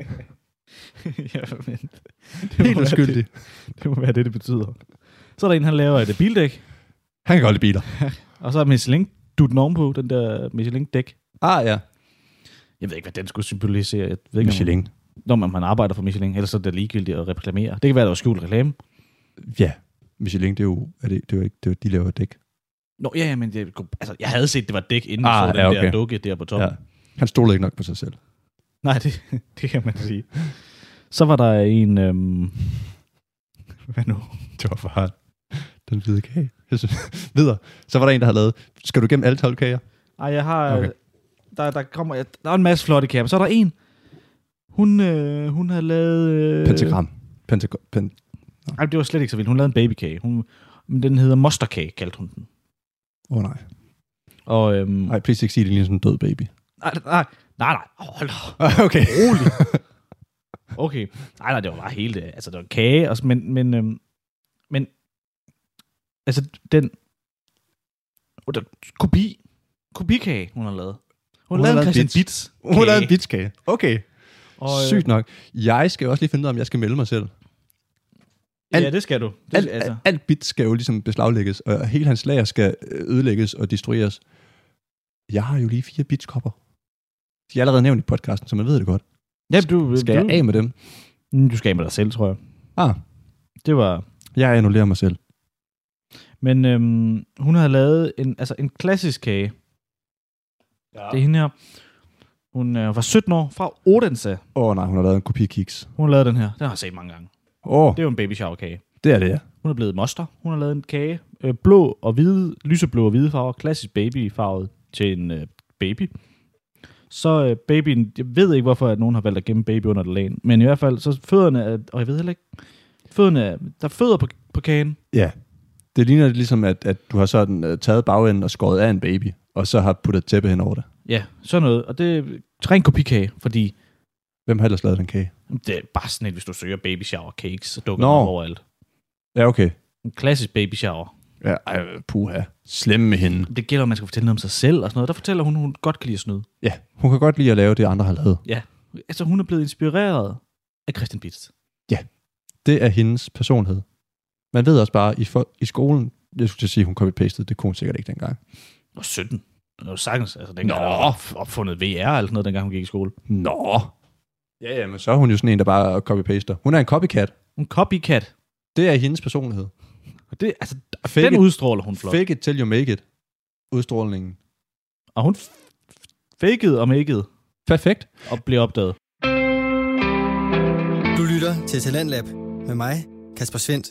Ja, men det helt uskyldig. Det, det må være det, det betyder. Så er der en, han laver et bildæk. Han kan godt lide biler. Og så er Michelin dutten ovenpå, den der Michelin-dæk. Ah, ja. Jeg ved ikke, hvad den skulle symbolisere. Jeg ved ikke, Michelin. Om, når man, man arbejder for Michelin, ellers så er det ligegyldigt at reklamere. Det kan være, der var skjult reklame. Ja, Michelin, det er jo, er det, det er jo ikke, det er jo, de laver dæk. Nå, ja, ja, men det, altså, jeg havde set, det var dæk, inden ah, så den ja, okay. der dukke der på toppen. Ja. Han stolede ikke nok på sig selv. Nej, det, det kan man sige. Så var der en... Øhm... Hvad nu? Det var for den hvide kage. Videre. Så var der en, der havde lavet... Skal du gennem alle tolv kager? Ej, jeg har... Okay. Der, der, kommer, der er en masse flotte kager. Så er der en... Hun, øh, hun har lavet... Øh... Pentagram. Pentagram. Pen... Ej, det var slet ikke så vildt. Hun lavede en babykage. Hun, den hedder Mosterkage, kaldte hun den. Åh oh, nej. Og, øhm... Ej, please ikke sige, det er sådan en død baby. Nej, nej, nej, nej. Hold da. Okay. Rolig. Okay. Nej, nej, det var bare hele det. Altså, det var kage, også, men, men, øhm, men, altså, den, der, kopi, kopikage, hun har lavet. Hun, hun har lavet en Christian Bitz. Hun har lavet en Bitz-kage. Okay. Og, sygt nok. Jeg skal jo også lige finde ud af, om jeg skal melde mig selv. Alt, ja, det skal du. Det, alt, altså. alt bit skal jo ligesom beslaglægges, og hele hans lager skal ødelægges og destrueres. Jeg har jo lige fire bitskopper. De er allerede nævnt i podcasten, så man ved det godt. Ja, du, skal du, jeg af med dem? Du skal af med dig selv, tror jeg. Ah. Det var... Jeg annullerer mig selv. Men øhm, hun har lavet en, altså en klassisk kage. Ja. Det er hende her. Hun øh, var sytten år fra Odense. Åh oh, nej, hun har lavet en kopi-kiks. Hun har lavet den her. Den har jeg set mange gange. Oh. Det er jo en baby shower kage. Det er det, ja. Hun er blevet moster. Hun har lavet en kage. Øh, blå og hvide, lyseblå og hvide farver. Klassisk babyfarvet til en øh, baby. Så øh, babyen, jeg ved ikke, hvorfor at nogen har valgt at gemme baby under det lagen. Men i hvert fald, så fødderne er, og jeg ved heller ikke, fødderne er, der er fødder på, på kagen. Ja. Det ligner det ligesom, at, at du har sådan uh, taget bagenden og skåret af en baby, og så har puttet tæppe hen over det. Ja, sådan noget. Og det er ren kopikage, fordi... Hvem har ellers lavet den kage? Det er bare sådan et, hvis du søger baby shower cakes, så dukker Nå. den overalt. Ja, okay. En klassisk baby shower. Ja, ej, puha. Slemme med hende. Det gælder, at man skal fortælle noget om sig selv og sådan noget. Der fortæller hun, hun godt kan lide at snyde. Ja, hun kan godt lide at lave det, andre har lavet. Ja, altså hun er blevet inspireret af Christian Bitz. Ja, det er hendes personlighed. Man ved også bare, i, for, i skolen, jeg skulle til at sige, hun copy-pastede, det kunne hun sikkert ikke dengang. Og sytten. Det var sagtens, altså dengang der opfundet V R eller sådan noget, dengang hun gik i skole. Nå. Ja, ja, men så er hun jo sådan en, der bare copy-paster. Hun er en copycat. En copycat. Det er hendes personlighed. Og det, altså, fake den it, udstråler hun flot. Fake it till you make it. Udstrålingen. Og hun f- fakede og makede. Perfekt. Og blev opdaget. Du lytter til Talentlab med mig, Kasper Svendt.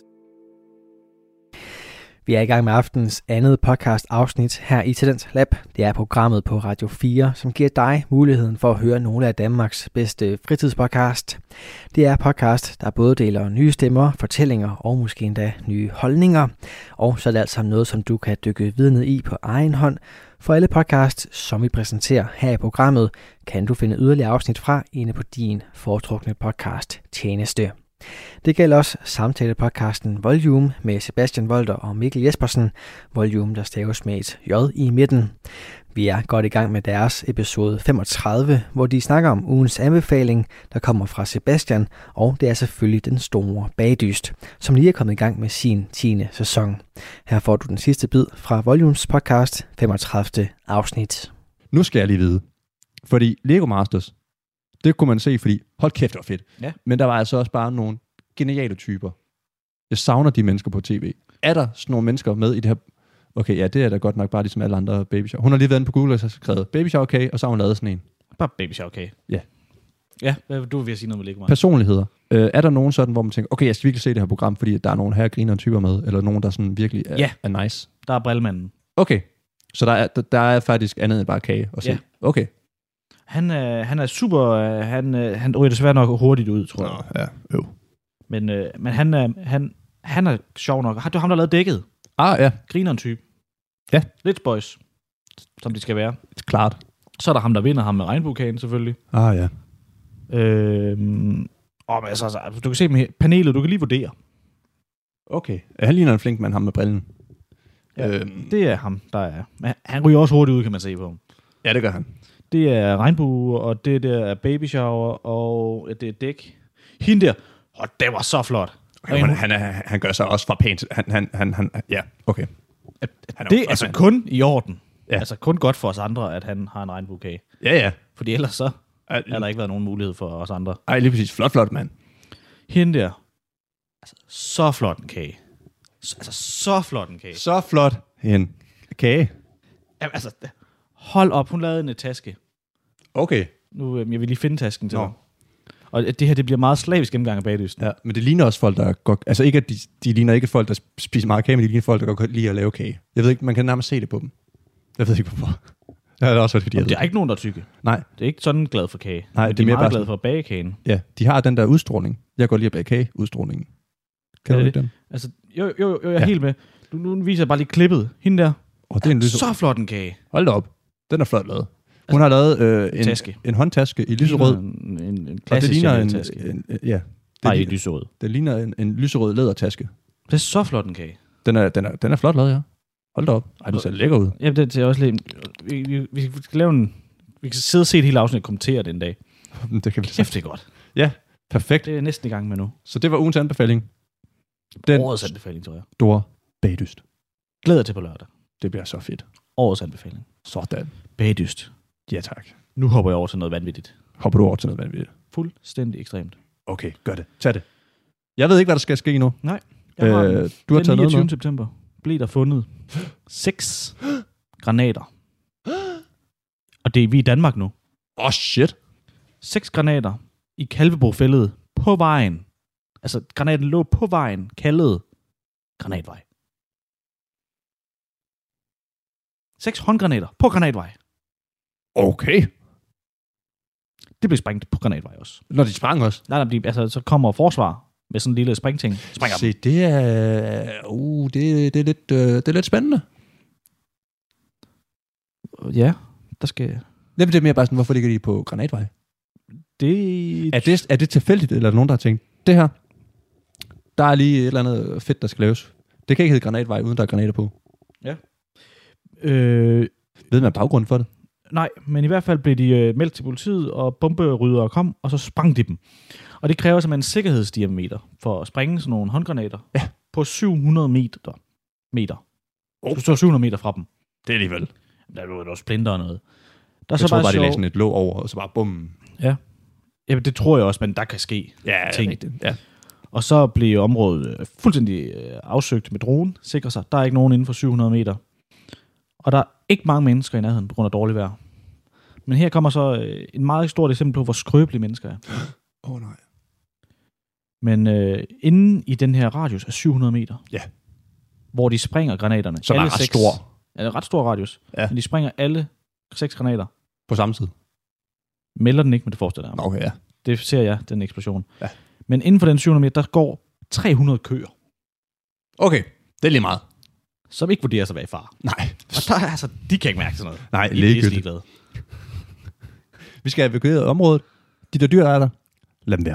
Vi er i gang med aftens andet podcast afsnit her i Talent Lab. Det er programmet på Radio fire, som giver dig muligheden for at høre nogle af Danmarks bedste fritidspodcast. Det er podcast, der både deler nye stemmer, fortællinger og måske endda nye holdninger. Og så er det alt sammen noget, som du kan dykke videre ned i på egen hånd. For alle podcasts, som vi præsenterer her i programmet, kan du finde yderligere afsnit fra inde på din foretrukne podcast tjeneste. Det gælder også samtalepodcasten Volume med Sebastian Volter og Mikkel Jespersen. Volume, der staves med et J i midten. Vi er godt i gang med deres episode femogtredive, hvor de snakker om ugens anbefaling, der kommer fra Sebastian, og det er selvfølgelig den store bagdyst, som lige er kommet i gang med sin tiende sæson. Her får du den sidste bid fra Volumes podcast, femogtredivte afsnit. Nu skal jeg lige vide, fordi Lego Masters, det kunne man se, fordi hold kæft, det var fedt. Ja. Men der var altså også bare nogle geniale typer. Jeg savner de mennesker på tv. Er der sådan nogle mennesker med i det her? Okay, ja, det er da godt nok bare ligesom alle andre Baby Shower. Hun har lige været inde på Google og så skrevet Baby Shower okay, og så har hun lavet sådan en. Bare Baby Shower okay. Ja. Ja, du vil sige noget med Lego Masters. Personligheder. Øh, er der nogen sådan, hvor man tænker, okay, jeg skal virkelig se det her program, fordi der er nogle her griner typer med, eller nogen, der sådan virkelig er, ja. er nice? Der er Brillemanden. Okay, så der er, der, der er faktisk andet end bare kage at se. Ja. Okay. Han, øh, han er super, øh, han, øh, han ryger desværre nok hurtigt ud, tror jeg. Nå, ja, øv. Men, øh, men han, øh, han, han er sjov nok. Det er ham, der har lavet dækket. Ah, ja. Grineren type. Ja. Lidt boys, som de skal være. Klart. Så er der ham, der vinder ham med regnbuekagen, selvfølgelig. Ah, ja. Øhm, og, altså, altså, du kan se med panelet, du kan lige vurdere. Okay. Han ligner en flink mand, ham med brillen. Ja, øhm. Det er ham, der er. Men han ryger også hurtigt ud, kan man se på ham. Ja, det gør han. Det er regnbue, og det der er Baby Shower, og det er dæk. Hende der, åh, det var så flot. Okay, han, han, er, han gør sig også for pænt. Han, han, han, han, ja, okay. Han er det er altså han. kun i orden. Ja. Altså kun godt for os andre, at han har en regnbuekage. Ja, ja. Fordi ellers så har der ikke været nogen mulighed for os andre. Ej, lige præcis. Flot, flot, mand. Hende der, altså så flot en kage. Så, altså så flot en kage. Så flot en kage. Jamen, altså, hold op, hun lavede en taske. Okay. Nu, jeg vil lige finde tasken til Nå. dig. Og det her, det bliver meget slavisk gennemgang af bagdysten. Ja, men det ligner også folk, der godt... Altså ikke, at de, de ligner ikke folk, der spiser meget kage, men de ligner folk, der godt kan lide at lave kage. Jeg ved ikke, man kan nærmest se det på dem. Jeg ved ikke, hvorfor. Det er også, fordi jeg det er ikke nogen, der er tykke. Nej. Det er ikke sådan glad for kage. Nej, det de er mere meget bare glad for at bage kagen. Ja, de har den der udstråling. Jeg kan godt lide at bage kage, udstrålingen. Kan du ikke den? Altså, jo, jo, jo, jeg er ja. helt med. Du, nu viser jeg bare lige klippet. Hende der. Oh, det er en lyse... Så flot en kage. Hold da op. Den er flot lavet. Hun altså, har lavet øh, en, taske. en håndtaske i lyserød. En, en, en klassisk det ligner en, taske. En, en, ja. Det Nej, ligner, i lyserød. Det ligner en, en lyserød lædertaske. Det er så flot en kage. Den er, den er, den er flot lavet, ja. Hold da op. Ej, den ser lækker ud. Ja, det ser også lidt... Vi, vi, vi skal lave en... Vi kan sidde og se et helt afsnit og kommentere den dag. Det kan vi Kæft, det er godt. Ja, perfekt. Det er næsten i gang med nu. Så det var ugens anbefaling. Den Årets anbefaling, tror jeg. Store bagdyst. Glæder til på lørdag. Det bliver så fedt. Årets anbefaling. Sådan. Bagdyst. Ja, tak. Nu hopper jeg over til noget vanvittigt. Hopper du over til noget vanvittigt? Fuldstændig ekstremt. Okay, gør det. Tag det. Jeg ved ikke, hvad der skal ske nu. Nej. Øh, du har den taget noget med. niogtyvende september blev der fundet seks granater. Og det er vi i Danmark nu. Åh, oh, shit. Seks granater i Kalvebofældet på vejen. Altså, granaten lå på vejen, kaldet Granatvej. Seks håndgranater på Granatvej. Okay. Det blev sprængt på Granatvej også. Når de sprang også? Nej, nej, altså, så kommer forsvar med sådan en lille springting. Springer Se, det er... Uh, det, det, er lidt, uh, det er lidt spændende. Ja, der skal... Det er mere bare sådan, hvorfor ligger de på Granatvej? Det... Er det, er det tilfældigt, eller er der nogen, der har tænkt, det her, der er lige et eller andet fedt, der skal laves. Det kan ikke hedde Granatvej, uden der er granater på. Ja. Øh... Ved man baggrunden for det? Nej, men i hvert fald blev de øh, meldt til politiet, og bomberydere kom, og så sprang de dem. Og det kræver simpelthen en sikkerhedsdiameter for at sprænge sådan nogle håndgranater ja. på syv hundrede meter. meter. Oh. Du står syv hundrede meter fra dem. Det er alligevel. Der er jo også splinter og noget. Der jeg så tror bare, bare de lagde sådan et låg over, og så bare bum. Ja. Ja, det tror jeg også, men der kan ske ja, ting. Ja. Og så blev området fuldstændig afsøgt med drone, sikrer sig. Der er ikke nogen inden for syv hundrede meter. Og der er ikke mange mennesker i nærheden på grund af dårligt vejr. Men her kommer så en meget stort eksempel på, hvor skrøbelige mennesker er. Åh oh, nej. Men øh, inden i den her radius af syv hundrede meter, Ja. hvor de springer granaterne. Som er alle ret seks, stor. Ja, det er ret stor radius. Ja. Men de springer alle seks granater. På samme tid. Melder den ikke, men det forestiller jeg mig. Okay, ja. Det ser jeg, den eksplosion. Ja. Men inden for den syv hundrede meter, der går tre hundrede køer, Okay, det er lige meget. som ikke vurderer sig at være i fare. Nej. Og der, altså, de kan ikke mærke sådan noget. Nej, De er pisse ligegyldigt. ligeglade. Vi skal evakuere området. De der dyr, der er der, lad dem være.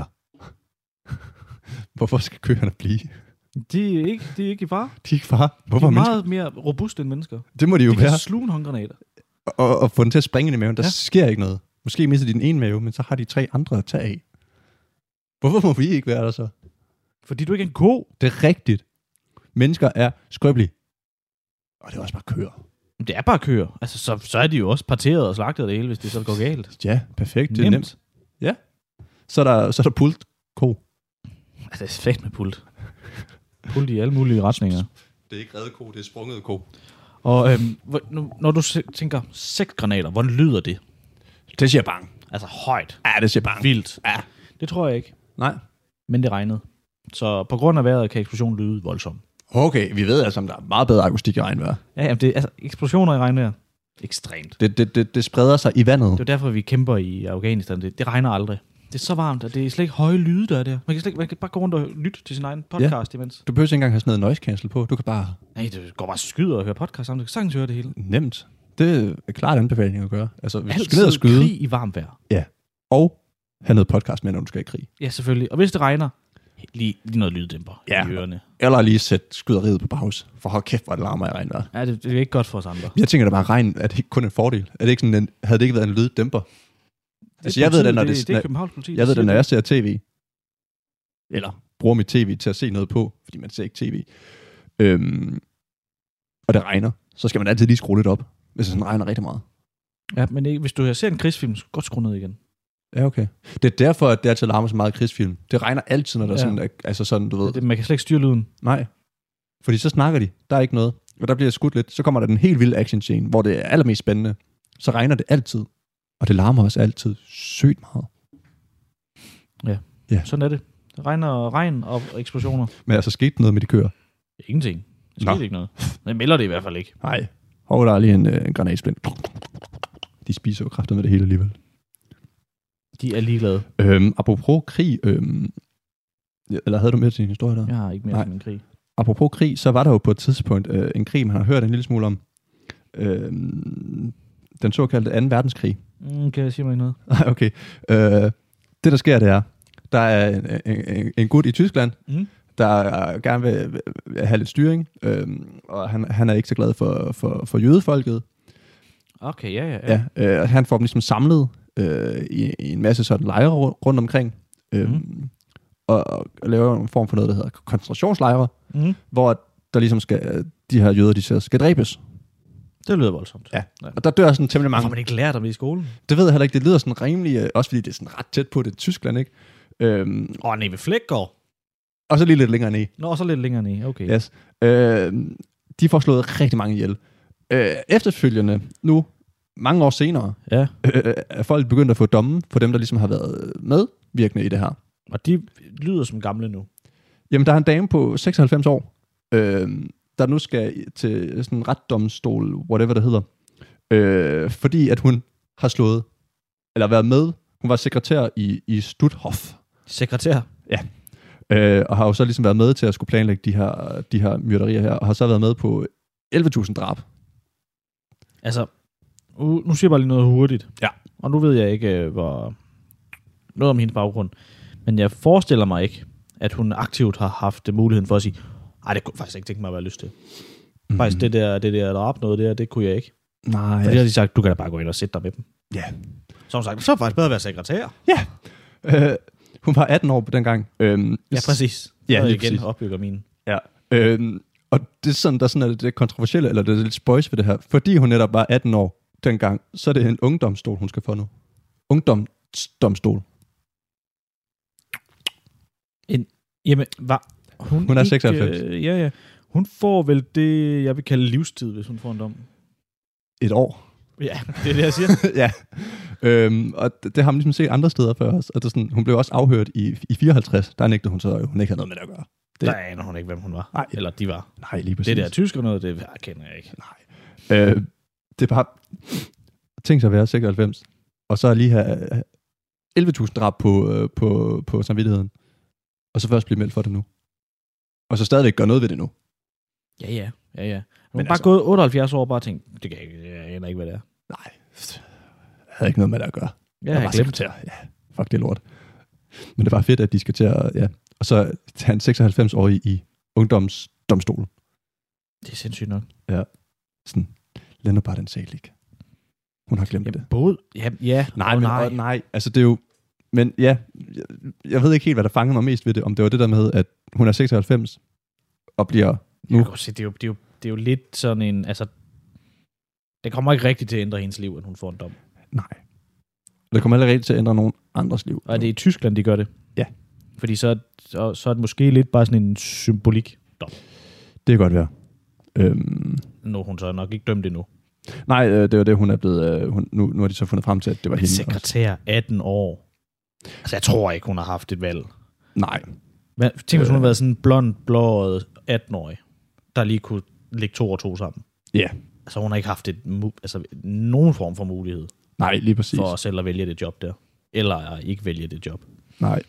Hvorfor skal køerne blive? De er ikke, de er ikke i fare. De er ikke far. De Hvorfor er mennesker? meget mere robuste end mennesker. Det må de jo De være. kan sluge en håndgranater. Og, og få den til at springe ind i maven. Der Ja. ja. sker ikke noget. Måske mister de den ene mave, men så har de tre andre at tage af. Hvorfor må vi ikke være der så? Fordi du ikke er en ko. Det er rigtigt. Mennesker er skrøbelige. Og det er også bare køer. Det er bare køer. Altså, så, så er de jo også parteret og slagtet af det hele, hvis det så går galt. Ja, perfekt. Det er Nemt. nemt. Ja. Så er der, så er der pult ko. Altså, det er fedt med pult. Pult i alle mulige retninger. Det er ikke reddet ko, det er sprunget ko. Og øhm, hvor- nu, når du se- tænker seks granater, hvordan lyder det? Det siger bang. Altså højt. Ja, det siger bang. Vildt. Ja. Det tror jeg ikke. Nej. Men det regnede. Så på grund af vejret kan eksplosionen lyde voldsomt. Okay, vi ved altså, om der er meget bedre akustik i regnvejr. Ja, jamen det, altså eksplosioner i regnvejr. Ekstremt. Det, det, det, det spreder sig i vandet. Det er derfor, vi kæmper i Afghanistan. Det, det regner aldrig. Det er så varmt, og det er slet ikke høje lyde, der er der. Man kan, slet ikke, man kan bare gå rundt og lytte til sin egen podcast ja. imens. Du behøver ikke engang have sådan noget noise cancel på. Du kan bare... Nej, det går bare skyder og høre podcast sammen. Du kan sagtens høre det hele. Nemt. Det er klart anbefaling at gøre. Altså, hvis du skal Altid ned og skyde, krig i varmt vejr. og have noget podcast med, når du skal i krig. Ja, selvfølgelig. Og hvis det regner, lige, lige noget lyddæmper Ja. i ørerne. Eller lige sætte skyderiet på pause. For hold kæft, hvor det larmer i regnvejr. Ja, det, det er ikke godt for os andre. Jeg tænker da bare, at regn er det ikke kun en fordel. Er det ikke sådan, en, havde det ikke været en lyddæmper? Altså, jeg ved da, når det, det, det er Københavns politi. jeg ved der det, når siger jeg ser tv, eller bruger mit tv til at se noget på, fordi man ser ikke tv, øhm, og det regner, så skal man altid lige skrue lidt op, hvis det sådan regner rigtig meget. det. Ja, men ikke, hvis du ser en krigsfilm, så godt skrue ned igen. Ja, okay. Det er derfor, at det altid larmer så meget i krigsfilm. Det regner altid, når der Ja. ja. sådan, er- altså sådan, du ved. Det, man kan slet ikke styre lyden. Nej. Fordi så snakker de. Der er ikke noget. Og der bliver skudt lidt. Så kommer der den helt vilde action scene, hvor det er allermest spændende. Så regner det altid. Og det larmer også altid sygt meget. Sådan er det. Det regner regn og eksplosioner. Men altså, skete noget med de køer? Ingenting. Det Nå. skete ikke noget. Det melder det i hvert fald ikke. Nej. Hov, der er lige en, øh, en granatsplint. De spiser jo kraftigt med det hele alligevel. De er ligeglade. Øhm, apropos krig. Øhm, eller havde du med til din historie der? Jeg har ikke mere Nej. til min krig. Apropos krig, så var der jo på et tidspunkt øh, en krig, man har hørt en lille smule om. Øhm, den såkaldte anden verdenskrig. Mm, kan jeg sige mig ikke noget? Nej, okay. Øh, det, der sker, det er, der er en, en, en gut i Tyskland, Mm. der gerne vil, vil have lidt styring, øh, og han, han er ikke så glad for, for, for jødefolket. Okay, ja, ja. ja. Ja, øh, han får dem ligesom samlet øh, i, i en masse sådan lejre rundt omkring, øh, Mhm. og, og laver en form for noget, der hedder koncentrationslejre, Mm. hvor der ligesom skal, de her jøder, de så skal dræbes. Det lyder voldsomt. Ja. Og der dør sådan temmelig Hvorfor har mange. man ikke lært om det i skolen? Det ved jeg heller ikke, det lyder sådan rimelig, øh, også fordi det er sådan ret tæt på det Tyskland, ikke? Øhm, Åh, oh, nej, ved Flækgaard. og så lige lidt længere ned. Nå, så lidt længere ned. Okay. Yes. Øh, de får slået rigtig mange ihjel. Øh, efterfølgende, nu, mange år senere, Ja. øh, er folk begyndt at få domme for dem, der ligesom har været medvirkende i det her. Og de lyder som gamle nu. Jamen, der er en dame på seksoghalvfems år, øh, der nu skal til sådan en retdomstol, whatever det hedder, øh, fordi at hun har slået, eller været med, hun var sekretær i, i Stutthof, Sekretær. øh, og har jo så ligesom været med til at skulle planlægge de her, de her myrderier her, og har så været med på elleve tusind drab. Altså, nu nu siger jeg bare lige noget hurtigt. Ja. Og nu ved jeg ikke, øh, hvor noget om hendes baggrund. Men jeg forestiller mig ikke, at hun aktivt har haft muligheden for at sige, nej, det kunne jeg faktisk ikke tænke mig at være lyst til. Mm. Faktisk det der, det der drab noget der, det kunne jeg ikke. Nej. For det har de sagt, du kan da bare gå ind og sætte dig med dem. Ja. Så har hun sagt, så er det faktisk bedre at være sekretær. Øh, hun var atten år på den gang. Øhm, Ja, præcis. Ja, Så lige igen præcis. opbygger mine. Ja. Øhm, og det er sådan, der er sådan, at det er kontroversielle, eller det er lidt spøjs ved det her. Fordi hun netop var atten år dengang, så er det en ungdomsstol, hun skal få nu. Ungdomsdomstol. Jamen, var hun, Hun er ikke, seksoghalvfems. Øh, ja, ja. Hun får vel det, jeg vil kalde livstid, hvis hun får en dom. Et år. Ja, det er det, jeg siger. ja. Øhm, og det, det har man ligesom set andre steder før også. Og det er sådan, hun blev også afhørt i, i fireoghalvtreds. Der nægtede hun så, at hun ikke havde noget med det at gøre. Det, der aner hun ikke, hvem hun var. Nej. Eller de var. Nej, lige præcis. Det der tysker noget, det kender jeg ikke. Nej. Øh, det er bare... Tænk sig at være seksoghalvfems. Og så lige have elleve tusind drab på, øh, på, på samvittigheden. Og så først blive meldt for det nu. Og så stadigvæk gøre noget ved det nu. Ja, ja. ja, ja. Hun Men bare altså, gået otteoghalvfjerds år og bare tænkt, det kan jeg ikke, jeg aner ikke, hvad det er. Nej, jeg havde ikke noget med det at gøre. Ja, jeg har glemt til. Ja, fuck det lort. Men det var fedt, at de skal til at, ja. Og så tage en seksoghalvfems-årig i ungdomsdomstolen. Det er sindssygt nok. Ja. Sådan, lad nu bare den sag ligge. Hun har glemt Jamen, det. både, ja, ja Nej, og men, nej. og, nej, altså det er jo, men ja, jeg, jeg ved ikke helt, hvad der fangede mig mest ved det, om det var det der med, at hun er seksoghalvfems, og bliver nu. Jeg kan se, det, er jo, det, er jo, det er jo lidt sådan en, altså, det kommer ikke rigtigt til at ændre hendes liv, at hun får en dom. Nej. Det kommer heller ikke til at ændre nogen andres liv. Og er det i Tyskland, de gør det? Ja. Fordi så, så, så er det måske lidt bare sådan en symbolik dom. Det kan godt være. Øhm, Når hun så er nok ikke dømt endnu. nej, øh, det var det, hun er blevet, øh, hun, nu, nu har de så fundet frem til, at det var Men hende. sekretær, atten år. Altså, jeg tror ikke, hun har haft et valg. Nej. Hvad, tænk, hvis hun havde været sådan en blond, blåret atten-årig, der lige kunne lægge to og to sammen. Ja. Yeah. Altså, hun har ikke haft et, altså, nogen form for mulighed. Nej, lige præcis. For selv at vælge det job der. Eller at ikke vælge det job. Nej.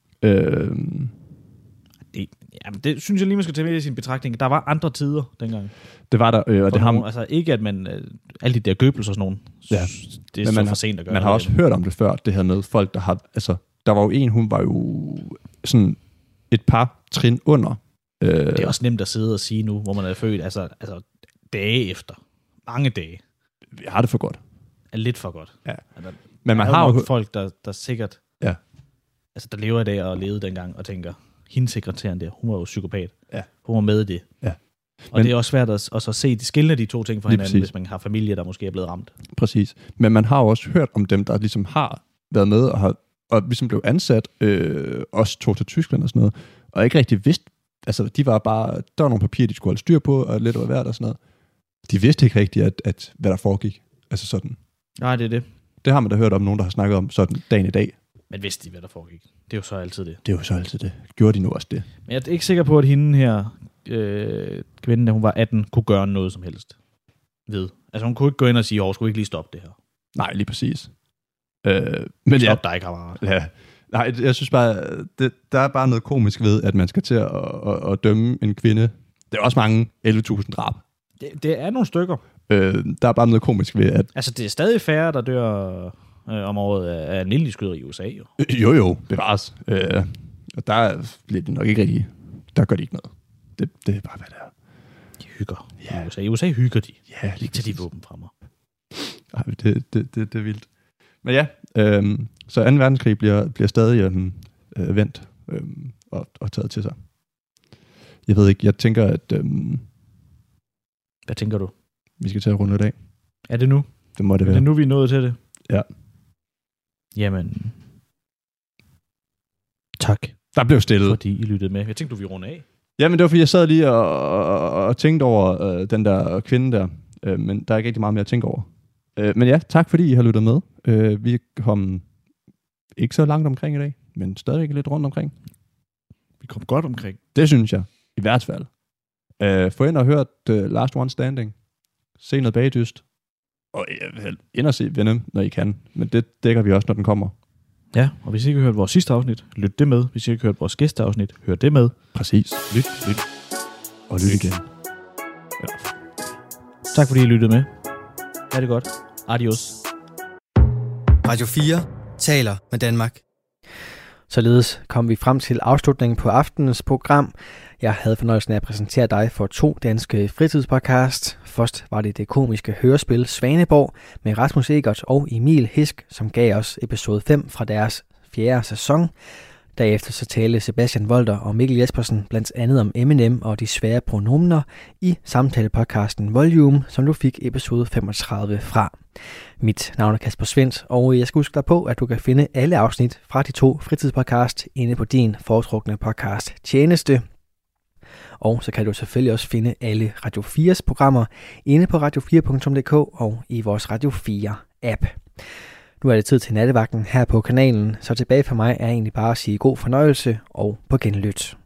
Øhm. Det, jamen, det synes jeg lige, man skal tage med i sin betragtning. Der var andre tider dengang. Det var der, øh, og for det har nogen, altså ikke, at man... Øh, alle de der Goebbels og sådan nogen, ja. det er Men så man for har, sent at gøre. Man har også hørt om det før, det her med folk, der har... Altså, der var jo en, hun var jo sådan et par trin under. Øh, det er også nemt at sidde og sige nu, hvor man er født, altså, altså dage efter. Mange dage. Vi har det for godt. Er lidt for godt. Ja. Altså, men man der har jo jo... folk, der, der sikkert... Ja. Altså, der lever i dag og levede dengang og tænker, hendes sekretæren der, hun var jo psykopat. Ja. Hun var med i det. Ja. Og Men, det er også svært at, at så se, de skille de to ting fra hinanden, præcis. hvis man har familie, der måske er blevet ramt. Præcis. Men man har jo også hørt om dem, der ligesom har været med og, har, og ligesom blev ansat, øh, også tog til Tyskland og sådan noget, og ikke rigtig vidste, altså de var bare, der var nogle papirer, de skulle holde styr på, og lidt over hvert og sådan noget. De vidste ikke rigtigt, at, at, hvad der foregik. Altså sådan. Nej, det er det. Det har man da hørt om nogen, der har snakket om sådan dagen i dag. Men vidste de, hvad der foregik? Det er jo så altid det. Det er jo så altid det. Gjorde de nu også det? Men jeg er ikke sikker på, at hende her, øh, kvinden, da hun var atten, kunne gøre noget som helst ved. Altså hun kunne ikke gå ind og sige, åh, skulle ikke lige stoppe det her. Nej, lige præcis. Øh, men Stop ja, dig, kammerat. ja. Nej, jeg synes bare, det, der er bare noget komisk ved, at man skal til at, at, at dømme en kvinde. Det er også mange elleve tusind drab. Det, det er nogle stykker. Øh, der er bare noget komisk ved, at... Altså, det er stadig færre, der dør øh, om året af en lille skyder i U S A, jo. Jo, jo, bevares. Øh, og der bliver det nok ikke rigtig... Der gør de ikke noget. Det, det er bare, hvad det er. De hygger Ja. i U S A. I U S A hygger de. Ja, Lige til de våben fra mig. Ej, det, det, det, det er vildt. Men ja, øh, så anden verdenskrig bliver, bliver stadig øh, øh, vendt øh, og, og taget til sig. Jeg ved ikke, jeg tænker, at øh, Hvad tænker du? vi skal til at runde det af. Er det nu? Det må det Er være. det nu, vi er nået til det? Ja. Jamen, tak, Der blev stillet. fordi I lyttede med. Jeg tænkte, du ville runde af. Ja, men det var, fordi jeg sad lige og, og, og tænkte over øh, den der kvinde der, øh, men der er ikke rigtig meget mere at tænke over. Øh, men ja, tak fordi I har lyttet med. Øh, vi kom ikke så langt omkring i dag, men stadigvæk lidt rundt omkring. Vi kom godt omkring. Det synes jeg, i hvert fald. Øh, få ind og hørt uh, Last One Standing. Se noget bagdyst. Og øh, ind og se Venom, når I kan. Men det dækker vi også, når den kommer. Ja, og hvis I ikke har hørt vores sidste afsnit, lyt det med. Hvis I ikke har hørt vores gæsteafsnit, hør det med. Præcis. Lyt, lyt. Og lyt igen. Ja. Tak fordi I lyttede med. Ha' det godt. Adios. Radio fire taler med Danmark. Således kom vi frem til afslutningen på aftenens program. Jeg havde fornøjelsen af at præsentere dig for to danske fritidspodcast. Først var det det komiske hørespil Svaneborg med Rasmus Egert og Emil Hisk, som gav os episode fem fra deres fjerde sæson. Derefter så talte Sebastian Volter og Mikkel Jespersen blandt andet om Eminem og de svære pronomener i samtalepodcasten Volume, som du fik episode femogtredive fra. Mit navn er Kasper Svendt, og jeg skal huske dig på, at du kan finde alle afsnit fra de to fritidspodcast inde på din foretrukne podcast tjeneste. Og så kan du selvfølgelig også finde alle Radio fires programmer inde på radio fire punktum d k og i vores Radio fire app. Nu er det tid til nattevagten her på kanalen, så tilbage for mig er egentlig bare at sige god fornøjelse og på genlyt.